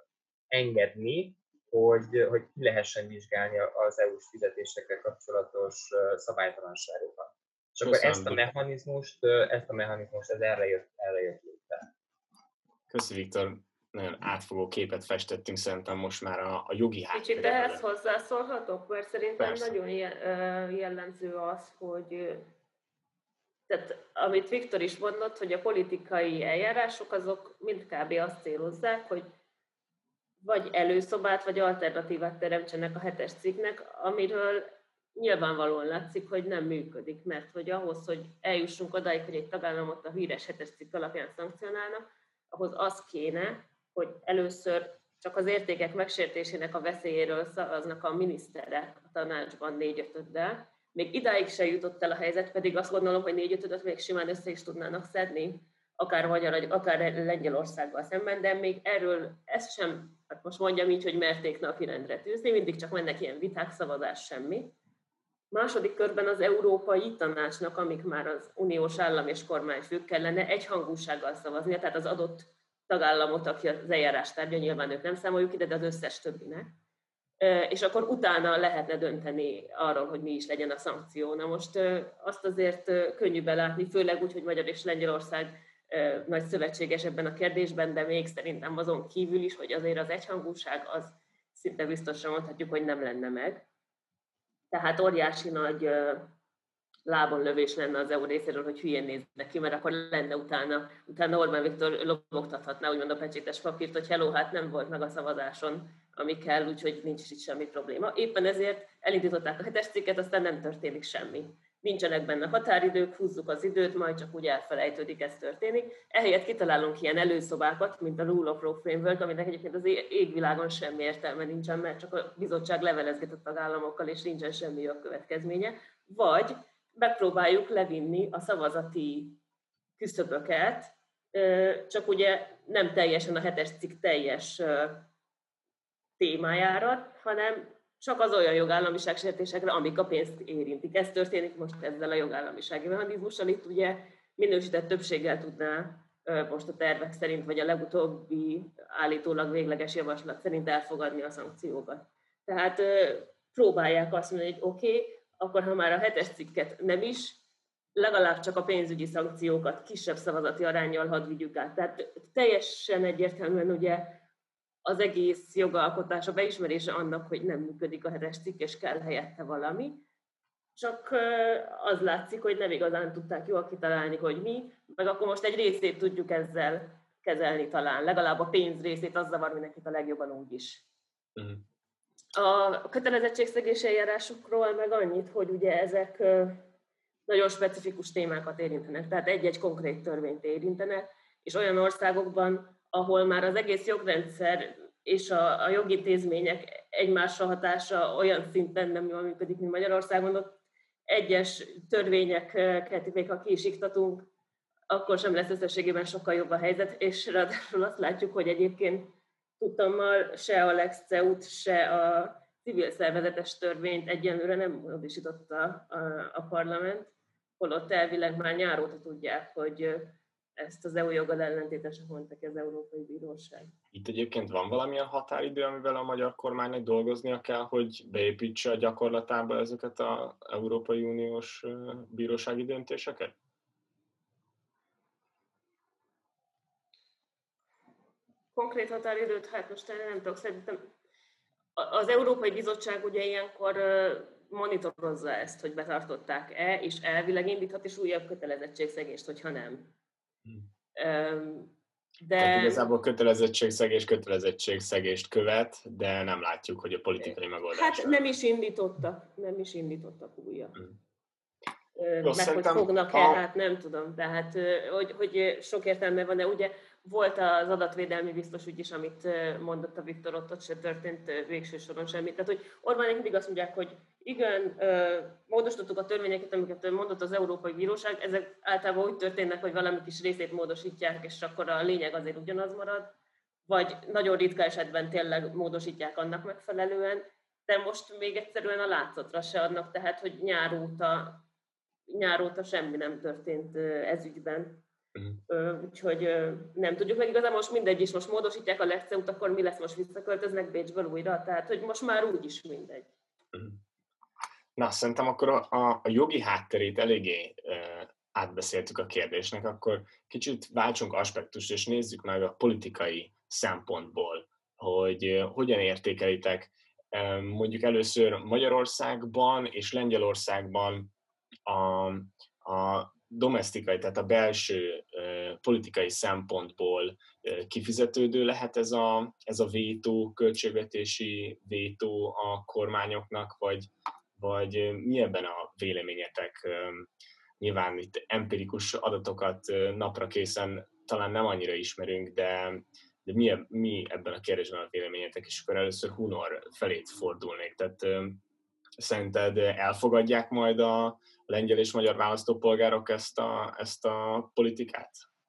engedni, hogy, hogy ki lehessen vizsgálni az é u-s fizetésekkel kapcsolatos uh, szabálytalanságokat. És akkor Köszönöm. ezt a mechanizmust, uh, ezt a mechanizmust ez erre jött, erre jött létre. Köszi, Viktor. Nagyon átfogó képet festettünk szerintem most már a, a jogi háttérben. Kicsit ehhez hozzászólhatok? Mert szerintem Persze. nagyon jellemző az, hogy tehát, amit Viktor is mondott, hogy a politikai eljárások azok mind kb. Azt célozzák, hogy vagy előszobát, vagy alternatívát teremtsenek a hetes cikknek, amiről nyilvánvalóan látszik, hogy nem működik, mert hogy ahhoz, hogy eljussunk odáig, hogy egy tagállamot a híres hetes cikk alapján szankcionálnak, ahhoz az kéne, hogy először csak az értékek megsértésének a veszélyéről szavaznak a miniszterek a tanácsban négy-ötöddel. Még idáig se jutott el a helyzet, pedig azt gondolom, hogy négy-ötödöt még simán össze is tudnának szedni, akár Magyar, akár Lengyelországgal szemben, de még erről ezt sem, hát most mondjam így, hogy merték napirendre tűzni, mindig csak mennek ilyen viták, szavazás, semmi. Második körben az Európai Tanácsnak, amik már az uniós állam és kormányfők kellene egyhangúsággal szavaznia, tehát az adott tagállamot, aki az eljárás tárgya, nyilván ők nem számoljuk ide, de az összes többinek. És akkor utána lehetne dönteni arról, hogy mi is legyen a szankció. Na most azt azért könnyű belátni, főleg úgy, hogy Magyar és Lengyelország nagy szövetséges ebben a kérdésben, de még szerintem azon kívül is, hogy azért az egyhangúság az szinte biztosan mondhatjuk, hogy nem lenne meg. Tehát óriási nagy lábonlövés lenne az é u részéről, hogy hülyén néznek ki, mert akkor lenne utána, utána Orbán Viktor lobogtathatná, úgymond a pecsétes papírt, hogy hello, hát nem volt meg a szavazáson, ami kell, úgyhogy nincs itt semmi probléma. Éppen ezért elindították a hetes cikket, aztán nem történik semmi. nincsenek benne határidők, húzzuk az időt, majd csak úgy elfelejtődik, ez történik. Ehelyett kitalálunk ilyen előszobákat, mint a Rule of Law Framework, aminek egyébként az égvilágon semmi értelme nincsen, mert csak a bizottság levelezget a tagállamokkal, és nincsen semmi jogkövetkezménye. Vagy megpróbáljuk levinni a szavazati küszöböket, csak ugye nem teljesen a hetes cikk teljes témájára, hanem csak az olyan jogállamiság sértésekre, amik a pénzt érintik. Ez történik most ezzel a jogállamisági mechanizmussal. Itt ugye minősített többséggel tudná most a tervek szerint, vagy a legutóbbi állítólag végleges javaslat szerint elfogadni a szankciókat. Tehát próbálják azt mondani, hogy oké, okay, akkor ha már a hetes cikket nem is, legalább csak a pénzügyi szankciókat kisebb szavazati aránnyal hadd vigyük át. Tehát teljesen egyértelműen ugye az egész jogalkotás, a beismerése annak, hogy nem működik a hetes cikk, és kell helyette valami. Csak az látszik, hogy nem igazán tudták jól kitalálni, hogy mi, meg akkor most egy részét tudjuk ezzel kezelni talán. Legalább a pénz részét az zavar mindenkit a legjobban úgy is. Mm. A kötelezettségszegési eljárásokról meg annyit, hogy ugye ezek nagyon specifikus témákat érintenek, tehát egy-egy konkrét törvényt érintenek, és olyan országokban, ahol már az egész jogrendszer és a, a jogintézmények egymásra hatása olyan szinten nem jól működik, mint Magyarországon, ott egyes törvényeket, még ha ki is iktatunk, akkor sem lesz összességében sokkal jobb a helyzet, és ráadásul azt látjuk, hogy egyébként tudtommal se a Lex cé e u-t, se a civil szervezetes törvényt egyenlőre nem módosította a, a parlament, holott elvileg már nyáróta tudják, hogy ezt az é u joggal ellentétesen mondtak az Európai Bíróság. Itt egyébként van valamilyen határidő, amivel a magyar kormánynak dolgoznia kell, hogy beépítse a gyakorlatába ezeket az Európai Uniós bírósági döntéseket? Konkrét határidőt, hát most erre nem tudok, szerintem az Európai Bizottság ugye ilyenkor monitorozza ezt, hogy betartották-e, és elvileg indíthat is újabb kötelezettségszegést, hogyha nem. Hmm. De... Tehát igazából kötelezettségszegés kötelezettségszegést követ, de nem látjuk, hogy a politikai megoldás. Hát nem is indítottak, nem is indítottak újat. Hmm. Meg hogy fognak-e, a... hát nem tudom. Tehát, hogy, hogy sok értelme van, de ugye volt az adatvédelmi biztos ügy is, amit mondott a Viktor, ott, ott se történt végső soron semmit. Tehát, hogy Orbánék mindig azt mondják, hogy igen, módosítottuk a törvényeket, amiket mondott az Európai Bíróság, ezek általában úgy történnek, hogy valami kis részét módosítják, és akkor a lényeg azért ugyanaz marad, vagy nagyon ritka esetben tényleg módosítják annak megfelelően, de most még egyszerűen a látszatra se adnak, tehát, hogy nyár óta, nyár óta semmi nem történt ez ügyben. Uh-huh. Úgyhogy nem tudjuk meg igazán, most mindegy is, most módosítják a Lex cé e u-t, akkor mi lesz, most visszaköltöznek Bécsből újra, tehát hogy most már úgyis mindegy. Uh-huh. Na, szerintem akkor a, a, a jogi hátterét eléggé uh, átbeszéltük a kérdésnek, akkor kicsit váltsunk aspektust, és nézzük meg a politikai szempontból, hogy uh, hogyan értékelitek uh, mondjuk először Magyarországban és Lengyelországban a, a domesztikai, tehát a belső uh, politikai szempontból uh, kifizetődő lehet ez a, ez a vétó, költségvetési vétó a kormányoknak, vagy, vagy uh, mi ebben a véleményetek? Uh, nyilván itt empirikus adatokat uh, napra készen talán nem annyira ismerünk, de, de mi, mi ebben a kérdésben a véleményetek? És akkor először Hunor felét fordulnék. Tehát uh, szerinted elfogadják majd a lengyel és magyar választópolgárok ezt a, ezt a politikát?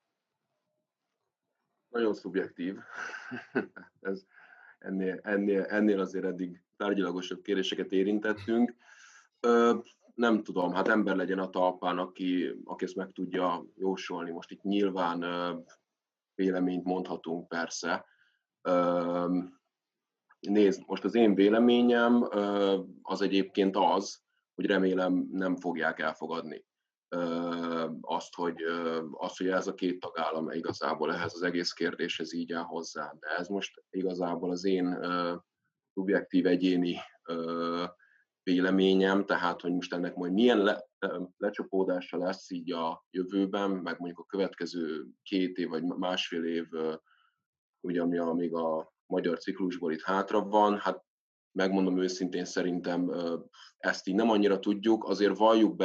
Nagyon szubjektív. Ez, ennél, ennél, ennél azért eddig tárgyilagosabb kérdéseket érintettünk. Ö, nem tudom, hát ember legyen a talpán, aki, aki ezt meg tudja jósolni. Most itt nyilván ö, véleményt mondhatunk persze. Ö, Nézd, most az én véleményem ö, az egyébként az, hogy remélem nem fogják elfogadni azt, hogy, azt, hogy ez a két tagállam igazából ehhez az egész kérdéshez így áll hozzá. De ez most igazából az én szubjektív egyéni véleményem, tehát hogy most ennek majd milyen le, lecsapódása lesz így a jövőben, meg mondjuk a következő két év vagy másfél év, ugye, ami a, még a magyar ciklusból itt hátra van, hát megmondom őszintén, szerintem ezt így nem annyira tudjuk, azért valljuk be,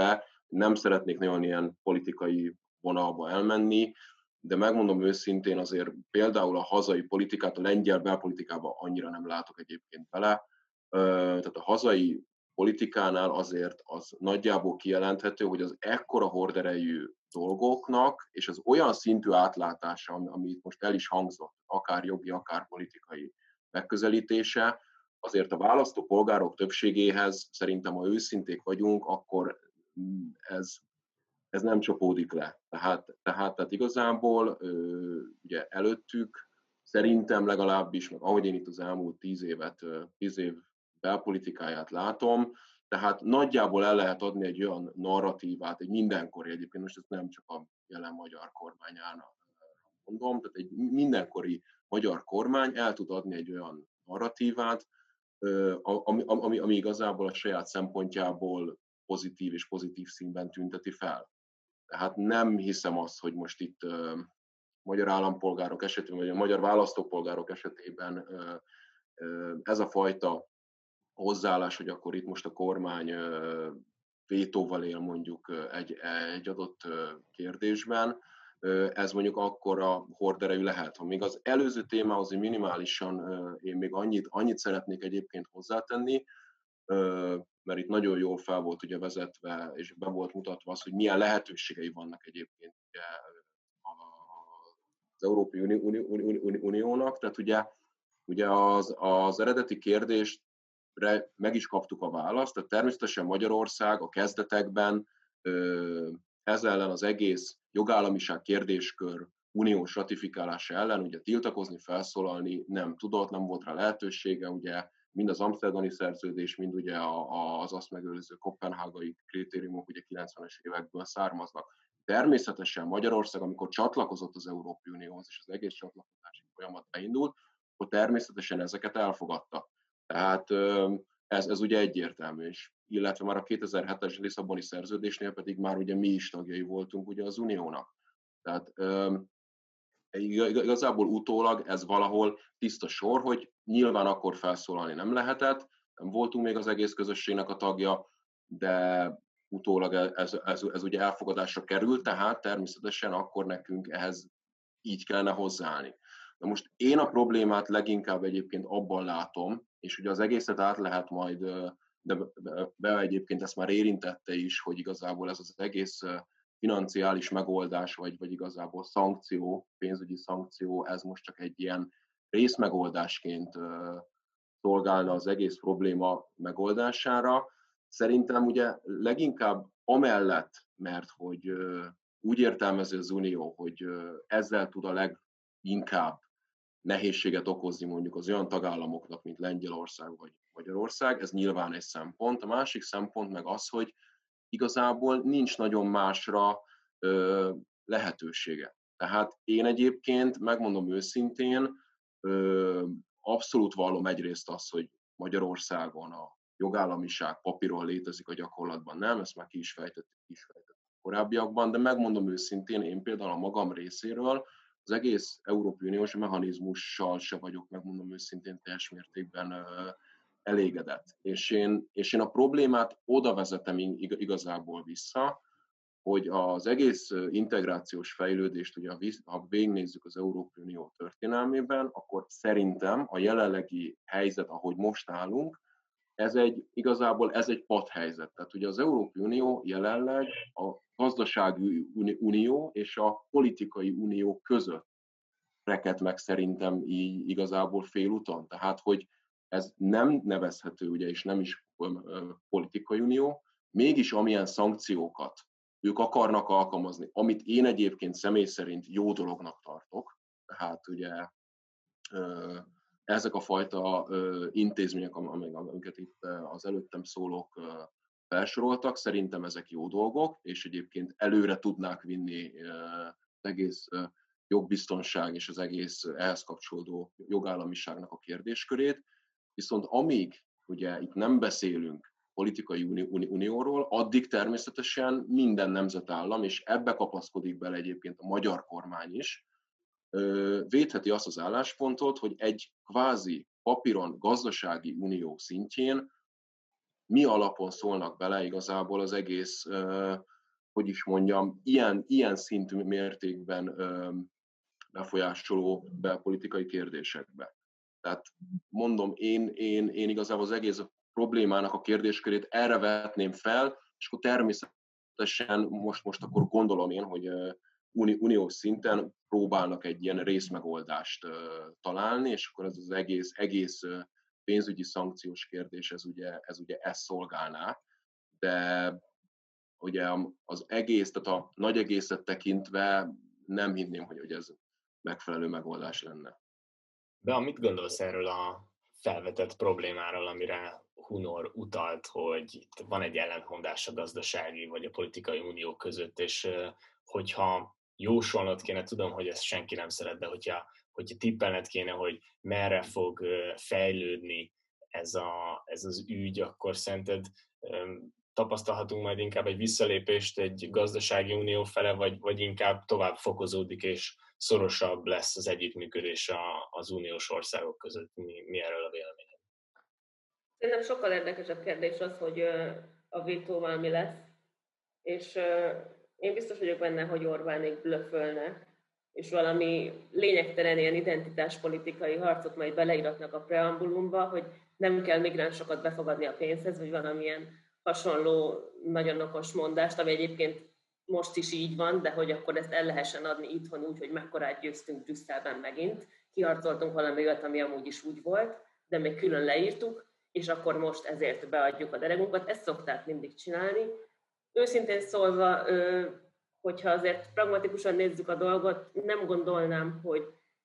nem szeretnék nagyon ilyen politikai vonalba elmenni, de megmondom őszintén, azért például a hazai politikát, a lengyel belpolitikába annyira nem látok egyébként bele. Tehát a hazai politikánál azért az nagyjából kijelenthető, hogy az ekkora horderejű dolgoknak, és az olyan szintű átlátása, amit most el is hangzott, akár jogi, akár politikai megközelítése, azért a választópolgárok többségéhez szerintem, ha őszinték vagyunk, akkor ez, ez nem csapódik le. Tehát, tehát, tehát igazából ugye előttük szerintem legalábbis, meg ahogy én itt az elmúlt tíz évet, tíz év belpolitikáját látom, tehát nagyjából el lehet adni egy olyan narratívát, egy mindenkori egyébként, most ezt nem csak a jelen magyar kormányának mondom, tehát egy mindenkori magyar kormány el tud adni egy olyan narratívát, ami, ami, ami igazából a saját szempontjából pozitív és pozitív színben tünteti fel. Tehát nem hiszem azt, hogy most itt uh, magyar állampolgárok esetében, vagy a magyar választópolgárok esetében uh, uh, ez a fajta hozzáállás, hogy akkor itt most a kormány uh, vétóval él mondjuk uh, egy, egy adott uh, kérdésben, uh, ez mondjuk akkora horderejű lehet. Ha még az előző témához minimálisan uh, én még annyit, annyit szeretnék egyébként hozzátenni, uh, mert itt nagyon jól fel volt ugye vezetve, és be volt mutatva az, hogy milyen lehetőségei vannak egyébként ugye az Európai Uniónak. Tehát ugye, ugye az, az eredeti kérdésre meg is kaptuk a választ, tehát természetesen Magyarország a kezdetekben ez ellen az egész jogállamiság kérdéskör uniós ratifikálása ellen ugye tiltakozni, felszólalni nem tudott, nem volt rá lehetősége, ugye mind az amszterdami szerződés, mind ugye az azt megelőző koppenhágai kritériumok ugye kilencvenes évekből származnak. Természetesen Magyarország, amikor csatlakozott az Európai Unióhoz, és az egész csatlakozási folyamat beindult, akkor természetesen ezeket elfogadta. Tehát ez, ez ugye egyértelmű, és illetve már a kétezer-hetes Lisszaboni szerződésnél pedig már ugye mi is tagjai voltunk ugye az Uniónak. Tehát igazából utólag ez valahol tiszta sor, hogy nyilván akkor felszólalni nem lehetett, nem voltunk még az egész közösségnek a tagja, de utólag ez, ez, ez ugye elfogadásra került, tehát természetesen akkor nekünk ehhez így kellene hozzáállni. De most én a problémát leginkább egyébként abban látom, és ugye az egészet át lehet majd, de be, be egyébként ezt már érintette is, hogy igazából ez az egész financiális megoldás, vagy, vagy igazából szankció, pénzügyi szankció, ez most csak egy ilyen részmegoldásként szolgálna az egész probléma megoldására. Szerintem ugye leginkább amellett, mert hogy úgy értelmezi az Unió, hogy ezzel tud a leginkább nehézséget okozni mondjuk az olyan tagállamoknak, mint Lengyelország vagy Magyarország, ez nyilván egy szempont. A másik szempont meg az, hogy igazából nincs nagyon másra ö, lehetősége. Tehát én egyébként, megmondom őszintén, ö, abszolút vallom egyrészt azt, hogy Magyarországon a jogállamiság papíron létezik, a gyakorlatban nem, ezt már ki is fejtettük, ki is fejtettük korábbiakban, de megmondom őszintén, én például a magam részéről az egész Európai Uniós mechanizmussal se vagyok, megmondom őszintén, teljes mértékben ö, elégedett. És én, és én a problémát oda vezetem igazából vissza, hogy az egész integrációs fejlődést, ugye, ha végignézzük az Európai Unió történelmében, akkor szerintem a jelenlegi helyzet, ahogy most állunk, ez egy, igazából ez egy padhelyzet. Tehát ugye az Európai Unió jelenleg a gazdasági unió és a politikai unió között reked meg szerintem így igazából félúton. Tehát, hogy ez nem nevezhető, ugye, és nem is politikai unió, mégis amilyen szankciókat ők akarnak alkalmazni, amit én egyébként személy szerint jó dolognak tartok, tehát ugye ezek a fajta intézmények, amiket itt az előttem szólók felsoroltak, szerintem ezek jó dolgok, és egyébként előre tudnák vinni az egész jogbiztonság és az egész ehhez kapcsolódó jogállamiságnak a kérdéskörét. Viszont amíg ugye itt nem beszélünk politikai uni- uni- unióról, addig természetesen minden nemzetállam, és ebbe kapaszkodik bele egyébként a magyar kormány is, védheti azt az álláspontot, hogy egy kvázi papíron gazdasági unió szintjén mi alapon szólnak bele igazából az egész hogy is mondjam, ilyen, ilyen szintű mértékben befolyásoló belpolitikai kérdésekbe. Tehát mondom, én, én, én igazából az egész problémának a kérdéskörét erre vetném fel, és akkor természetesen most, most akkor gondolom én, hogy uni, uniós szinten próbálnak egy ilyen részmegoldást találni, és akkor ez az egész, egész pénzügyi szankciós kérdés, ez ugye, ez ugye ezt szolgálná. De ugye az egész, tehát a nagy egészet tekintve nem hinném, hogy, hogy ez megfelelő megoldás lenne. De mit gondolsz erről a felvetett problémáról, amire Hunor utalt, hogy itt van egy ellentmondás a gazdasági vagy a politikai unió között, és hogyha jósolnod kéne, tudom, hogy ezt senki nem szeret, de hogyha, hogyha tippelned kéne, hogy merre fog fejlődni ez, a, ez az ügy, akkor szerinted tapasztalhatunk majd inkább egy visszalépést egy gazdasági unió fele, vagy, vagy inkább tovább fokozódik és szorosabb lesz az együttműködés a, az uniós országok között? Mi, mi erről a véleményed? Szerintem sokkal érdekesebb kérdés az, hogy a vétóval mi lesz, és én biztos vagyok benne, hogy Orbánék blöffölnek, és valami lényegtelen ilyen identitáspolitikai harcot majd beleíratnak a preambulumba, hogy nem kell migránsokat befogadni a pénzhez, vagy valamilyen hasonló nagyon okos mondást, ami egyébként most is így van, de hogy akkor ezt el lehessen adni itthon úgy, hogy mekkorát győztünk Brüsszelben megint. Kiharcoltunk valami olyat, ami amúgy is úgy volt, de még külön leírtuk, és akkor most ezért beadjuk a deregunkat. Ezt szokták mindig csinálni. Őszintén szólva, hogyha azért pragmatikusan nézzük a dolgot, nem gondolnám, hogy,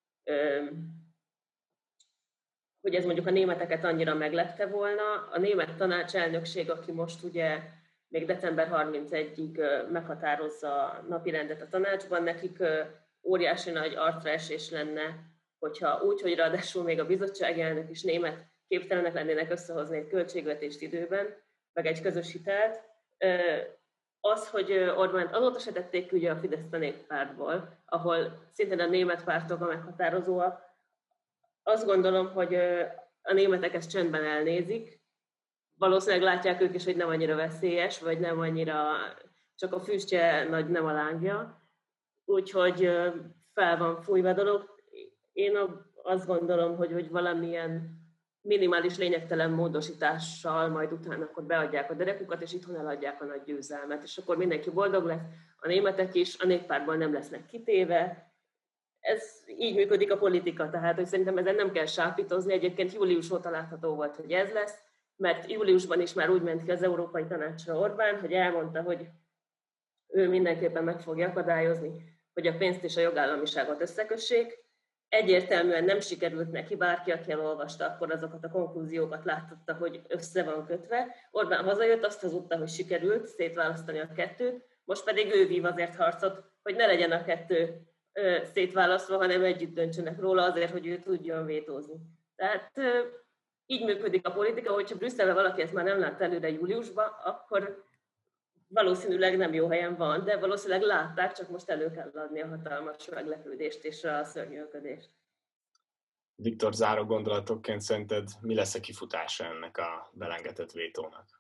hogy ez mondjuk a németeket annyira meglepte volna. A német tanácselnökség, aki most ugye még december harmincegyedikéig meghatározza a napirendet a tanácsban, nekik óriási nagy arcraesés lenne, hogyha úgy, hogy ráadásul még a bizottsági elnök is német képtelenek lennének összehozni egy költségvetést időben, meg egy közös hitelt. Az, hogy Orbánt azóta se tették ugye a Fidesz a néppártból, ahol szintén a német pártok a meghatározóak, azt gondolom, hogy a németek ezt csendben elnézik. Valószínűleg látják ők is, hogy nem annyira veszélyes, vagy nem annyira, csak a füstje nagy, nem a lángja. Úgyhogy fel van fújva a dolog. Én azt gondolom, hogy, hogy valamilyen minimális lényegtelen módosítással majd utána akkor beadják a derekukat, és itthon eladják a nagy győzelmet. És akkor mindenki boldog lesz, a németek is, a néppártban nem lesznek kitéve. Ez így működik a politika, tehát hogy szerintem ezen nem kell sápítozni. Egyébként július óta látható volt, hogy ez lesz, mert júliusban is már úgy ment ki az Európai Tanácsra Orbán, hogy elmondta, hogy ő mindenképpen meg fogja akadályozni, hogy a pénzt és a jogállamiságot összekössék. Egyértelműen nem sikerült neki, bárki, aki elolvasta, akkor azokat a konklúziókat látta, hogy össze van kötve. Orbán hazajött, azt hazudta, hogy sikerült szétválasztani a kettőt, most pedig ő vív azért harcot, hogy ne legyen a kettő ö, szétválasztva, hanem együtt döntsenek róla azért, hogy ő tudjon vétózni. Tehát ö, így működik a politika, hogyha Brüsszelben valaki ezt már nem lát előre júliusban, akkor valószínűleg nem jó helyen van, de valószínűleg látták, csak most elő kell adni a hatalmas meglepődést és a szörnyűködést. Viktor, záró gondolatokként szerinted mi lesz a kifutása ennek a belengetett vétónak?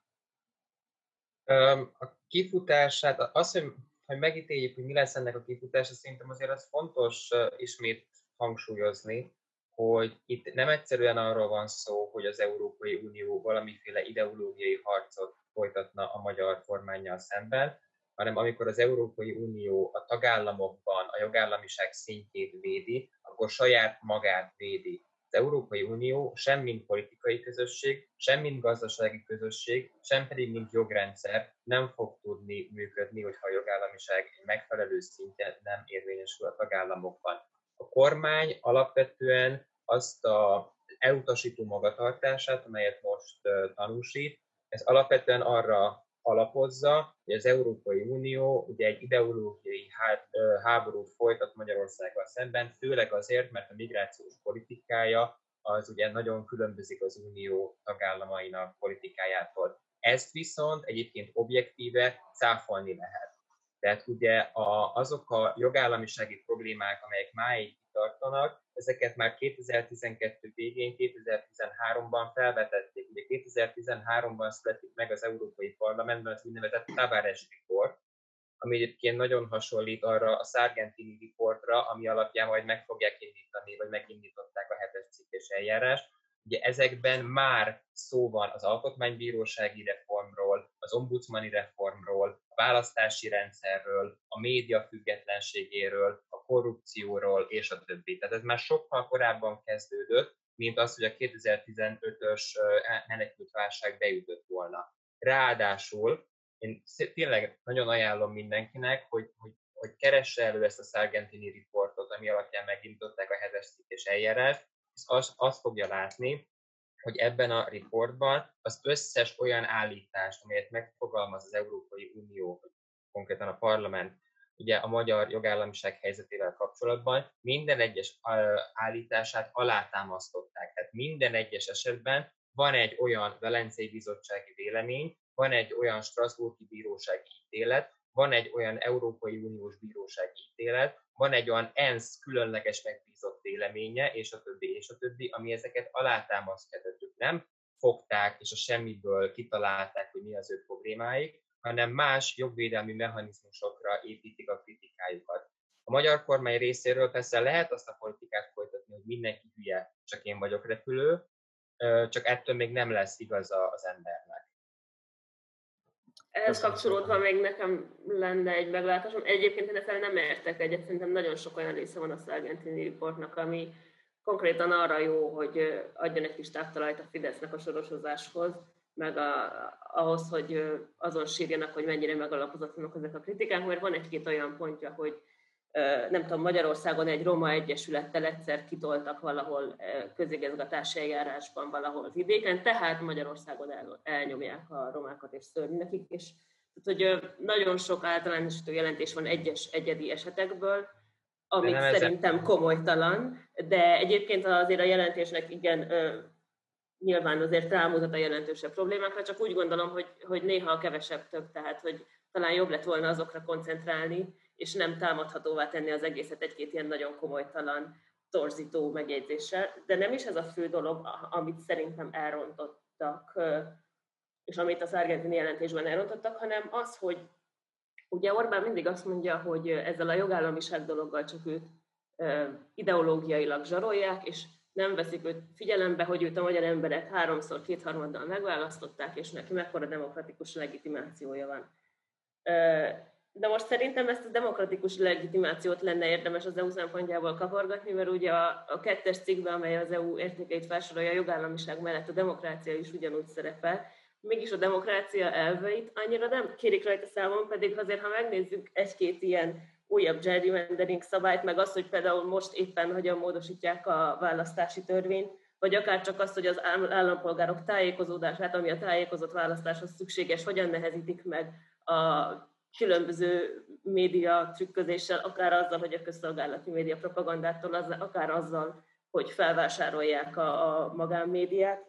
A kifutását, az, hogy, hogy megítéljük, hogy mi lesz ennek a kifutása, szerintem azért az fontos ismét hangsúlyozni, hogy itt nem egyszerűen arról van szó, hogy az Európai Unió valamiféle ideológiai harcot folytatna a magyar kormánnyal szemben, hanem amikor az Európai Unió a tagállamokban a jogállamiság szintjét védi, akkor saját magát védi. Az Európai Unió sem mint politikai közösség, sem mint gazdasági közösség, sem pedig mint jogrendszer nem fog tudni működni, hogyha a jogállamiság egy megfelelő szinten nem érvényesül a tagállamokban. A kormány alapvetően azt az elutasító magatartását, amelyet most uh, tanúsít, ez alapvetően arra alapozza, hogy az Európai Unió ugye egy ideológiai há, uh, háborút folytat Magyarországgal szemben, főleg azért, mert a migrációs politikája az ugye nagyon különbözik az Unió tagállamainak politikájától. Ezt viszont egyébként objektíve cáfolni lehet. Tehát ugye a, azok a jogállamisági problémák, amelyek máig tartanak, ezeket már kétezer-tizenkettő végén, kétezer-tizenháromban felvetették. Ugye kétezer-tizenháromban születik meg az Európai Parlamentben az úgynevezett Tavares report, ami egyébként nagyon hasonlít arra a Sargentini Reportra, ami alapján majd meg fogják indítani, vagy megindították a hetes cikkes eljárást. Ugye ezekben már szó van az alkotmánybírósági reformról, az ombudsmani reformról, a választási rendszerről, a média függetlenségéről, a korrupcióról, és a többi. Tehát ez már sokkal korábban kezdődött, mint az, hogy a kétezer-tizenötös menekültválság beütött volna. Ráadásul én tényleg nagyon ajánlom mindenkinek, hogy, hogy, hogy keresse elő ezt a Sargentini Reportot, ami alapján megindították a hetes cikkes eljárást, és azt, azt fogja látni, hogy ebben a reportban az összes olyan állítást, amelyet megfogalmaz az Európai Unió, konkrétan a parlament, ugye a magyar jogállamiság helyzetével kapcsolatban, minden egyes állítását alátámasztották. Tehát minden egyes esetben van egy olyan Velencei Bizottsági vélemény, van egy olyan Strasbourgi Bírósági ítélet, van egy olyan Európai Uniós Bírósági ítélet, van egy olyan ENSZ különleges megbízott véleménye, és a többi, és a többi, ami ezeket alátámasztja. Tehát ők nem fogták, és a semmiből kitalálták, hogy mi az ő problémáik, hanem más jogvédelmi mechanizmusokra építik a kritikájukat. A magyar kormány részéről persze lehet azt a politikát folytatni, hogy mindenki hülye, csak én vagyok repülő, csak ettől még nem lesz igaza az embernek. Ehhez kapcsolódva még nekem lenne egy meglátásom. Egyébként én ezzel nem értek egyet, szerintem nagyon sok olyan része van a Sargentini Reportnak, ami konkrétan arra jó, hogy adjon egy kis táptalajt a Fidesznek a sorosozáshoz, meg a, ahhoz, hogy azon sírjanak, hogy mennyire megalapozatlanok ezek a kritikák, mert van egy-két olyan pontja, hogy nem tudom, Magyarországon egy roma egyesülettel egyszer kitoltak valahol közigazgatási eljárásban valahol vidéken, tehát Magyarországon el, elnyomják a romákat és szörnyű nekik, és tehát, hogy nagyon sok általánosító jelentés van egyes egyedi esetekből, amit szerintem komolytalan, de egyébként azért a jelentésnek igen, nyilván azért rámutat a jelentősebb problémákra, csak úgy gondolom, hogy, hogy néha kevesebb több, tehát hogy talán jobb lett volna azokra koncentrálni, és nem támadhatóvá tenni az egészet egy-két ilyen nagyon komolytalan, torzító megjegyzéssel. De nem is ez a fő dolog, amit szerintem elrontottak, és amit a Sargentini jelentésben elrontottak, hanem az, hogy ugye Orbán mindig azt mondja, hogy ezzel a jogállamiság dologgal csak őt ideológiailag zsarolják, és nem veszik őt figyelembe, hogy őt a magyar emberek háromszor kétharmaddal megválasztották, és neki mekkora demokratikus legitimációja van. De most szerintem ezt a demokratikus legitimációt lenne érdemes az é u szempontjából kapargatni, mert ugye a, a kettes cikkben, amely az é u értékeit felsorolja, a jogállamiság mellett a demokrácia is ugyanúgy szerepel. Mégis a demokrácia elveit annyira nem kérik rajta számon, pedig azért, ha megnézzük egy-két ilyen újabb gerrymandering szabályt, meg azt, hogy például most éppen hogyan módosítják a választási törvényt, vagy akár csak azt, hogy az állampolgárok tájékozódását, ami a tájékozott választáshoz szükséges, hogyan nehezítik meg a különböző média trükközéssel, akár azzal, hogy a közszolgálati média propagandától, akár azzal, hogy felvásárolják a, a magánmédiát.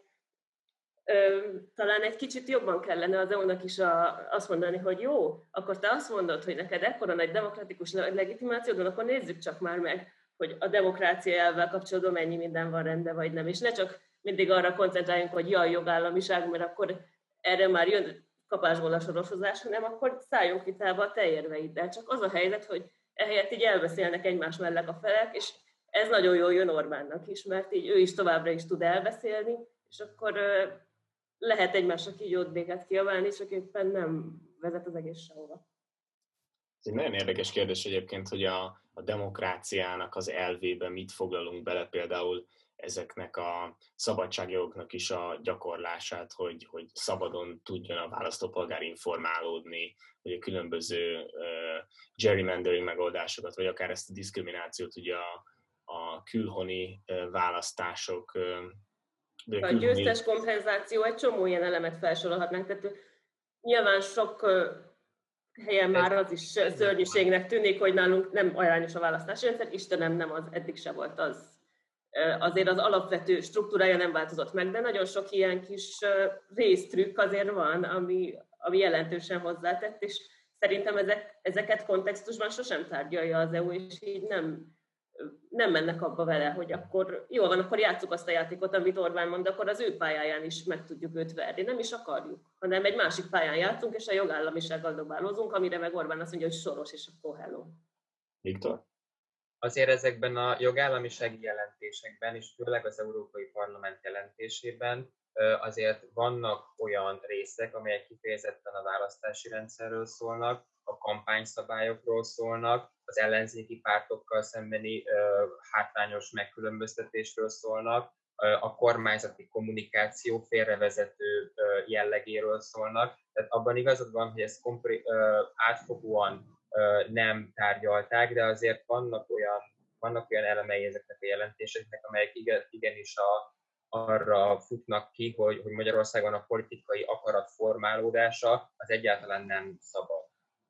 Talán egy kicsit jobban kellene az é u-nak is a, azt mondani, hogy jó, akkor te azt mondod, hogy neked ekkora nagy demokratikus legitimációd van, akkor nézzük csak már meg, hogy a demokrácia elvvel kapcsolatban mennyi minden van rendben, vagy nem. És ne csak mindig arra koncentráljunk, hogy jaj, jogállamiság, mert akkor erre már jön kapásból a sorosozás, hanem akkor szálljunk vitába a te érveiddel. Csak az a helyzet, hogy ehelyett így elbeszélnek egymás mellett a felek, és ez nagyon jól jön Orbánnak is, mert így ő is továbbra is tud elbeszélni, és akkor lehet egymásnak így ott békát kiabálni, csak éppen nem vezet az egész sehova. Ez egy nagyon érdekes kérdés egyébként, hogy a, a demokráciának az elvében mit foglalunk bele, például ezeknek a szabadságjogoknak is a gyakorlását, hogy, hogy szabadon tudjon a választópolgár informálódni, hogy a különböző uh, gerrymandering megoldásokat, vagy akár ezt a diszkriminációt, ugye a, a külhoni uh, választások, uh, a győztes kompenzáció, egy csomó ilyen elemet felsorolhatnánk, tehát nyilván sok uh, helyen már az is szörnyűségnek tűnik, hogy nálunk nem arányos a választási rendszer, Istenem, nem az, eddig se volt az. Azért az alapvető struktúrája nem változott meg, de nagyon sok ilyen kis résztrükk azért van, ami, ami jelentősen hozzátett, és szerintem ezek, ezeket kontextusban sosem tárgyalja az é u, és így nem nem mennek abba vele, hogy akkor jó van, akkor játsszuk azt a játékot, amit Orbán mond, akkor az ő pályáján is meg tudjuk őt verni. Nem is akarjuk, hanem egy másik pályán játszunk, és a jogállamisággal dobálózunk, amire meg Orbán azt mondja, hogy Soros, és akkor hello. Viktor? Azért ezekben a jogállamisági jelentésekben, és főleg az Európai Parlament jelentésében azért vannak olyan részek, amelyek kifejezetten a választási rendszerről szólnak, a kampányszabályokról szólnak, az ellenzéki pártokkal szembeni hátrányos megkülönböztetésről szólnak, a kormányzati kommunikáció félrevezető jellegéről szólnak. Tehát abban igazad van, hogy ezt kompré- átfogóan nem tárgyalták, de azért vannak olyan, vannak olyan elemei ezeknek a jelentéseknek, amelyek igen, igenis a, arra futnak ki, hogy, hogy Magyarországon a politikai akarat formálódása az egyáltalán nem szabad.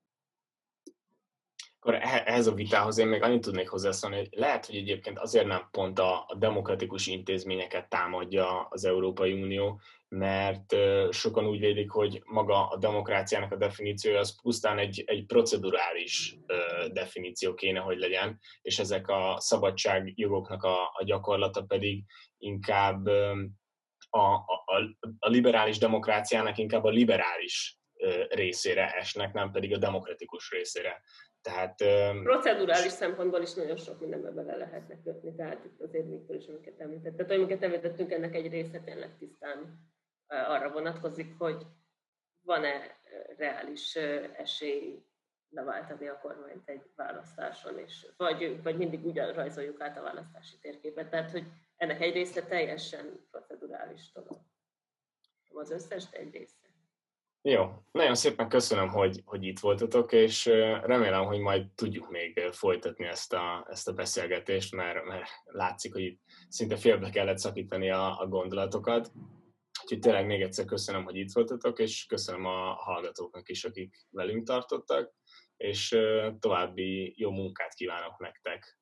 Akkor ehhez a vitához én még annyit tudnék hozzászólni, hogy lehet, hogy egyébként azért nem pont a, a demokratikus intézményeket támadja az Európai Unió, mert sokan úgy vélik, hogy maga a demokráciának a definíciója az pusztán egy, egy procedurális definíció kéne, hogy legyen, és ezek a szabadságjogoknak a, a gyakorlata pedig inkább a, a, a liberális demokráciának inkább a liberális részére esnek, nem pedig a demokratikus részére. Tehát, procedurális szempontból is nagyon sok mindenbe bele lehetne kötni, tehát itt azért Viktor is, amiket említett. Tehát amiket említettünk, ennek egy része tényleg tisztán arra vonatkozik, hogy van-e reális esély leváltani a kormányt egy választáson, és vagy, vagy mindig úgy rajzoljuk át a választási térképet. Tehát, hogy ennek egy része teljesen procedurális dolog. Nem az összes, de egy része. Jó, nagyon szépen köszönöm, hogy, hogy itt voltatok, és remélem, hogy majd tudjuk még folytatni ezt a, ezt a beszélgetést, mert, mert látszik, hogy itt szinte félbe kellett szakítani a, a gondolatokat. Úgyhogy tényleg még egyszer köszönöm, hogy itt voltatok, és köszönöm a hallgatóknak is, akik velünk tartottak, és további jó munkát kívánok nektek.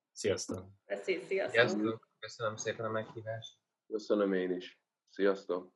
Sziasztok! Sziasztok! Sziasztok! Köszönöm szépen a meghívást! Köszönöm én is. Sziasztok!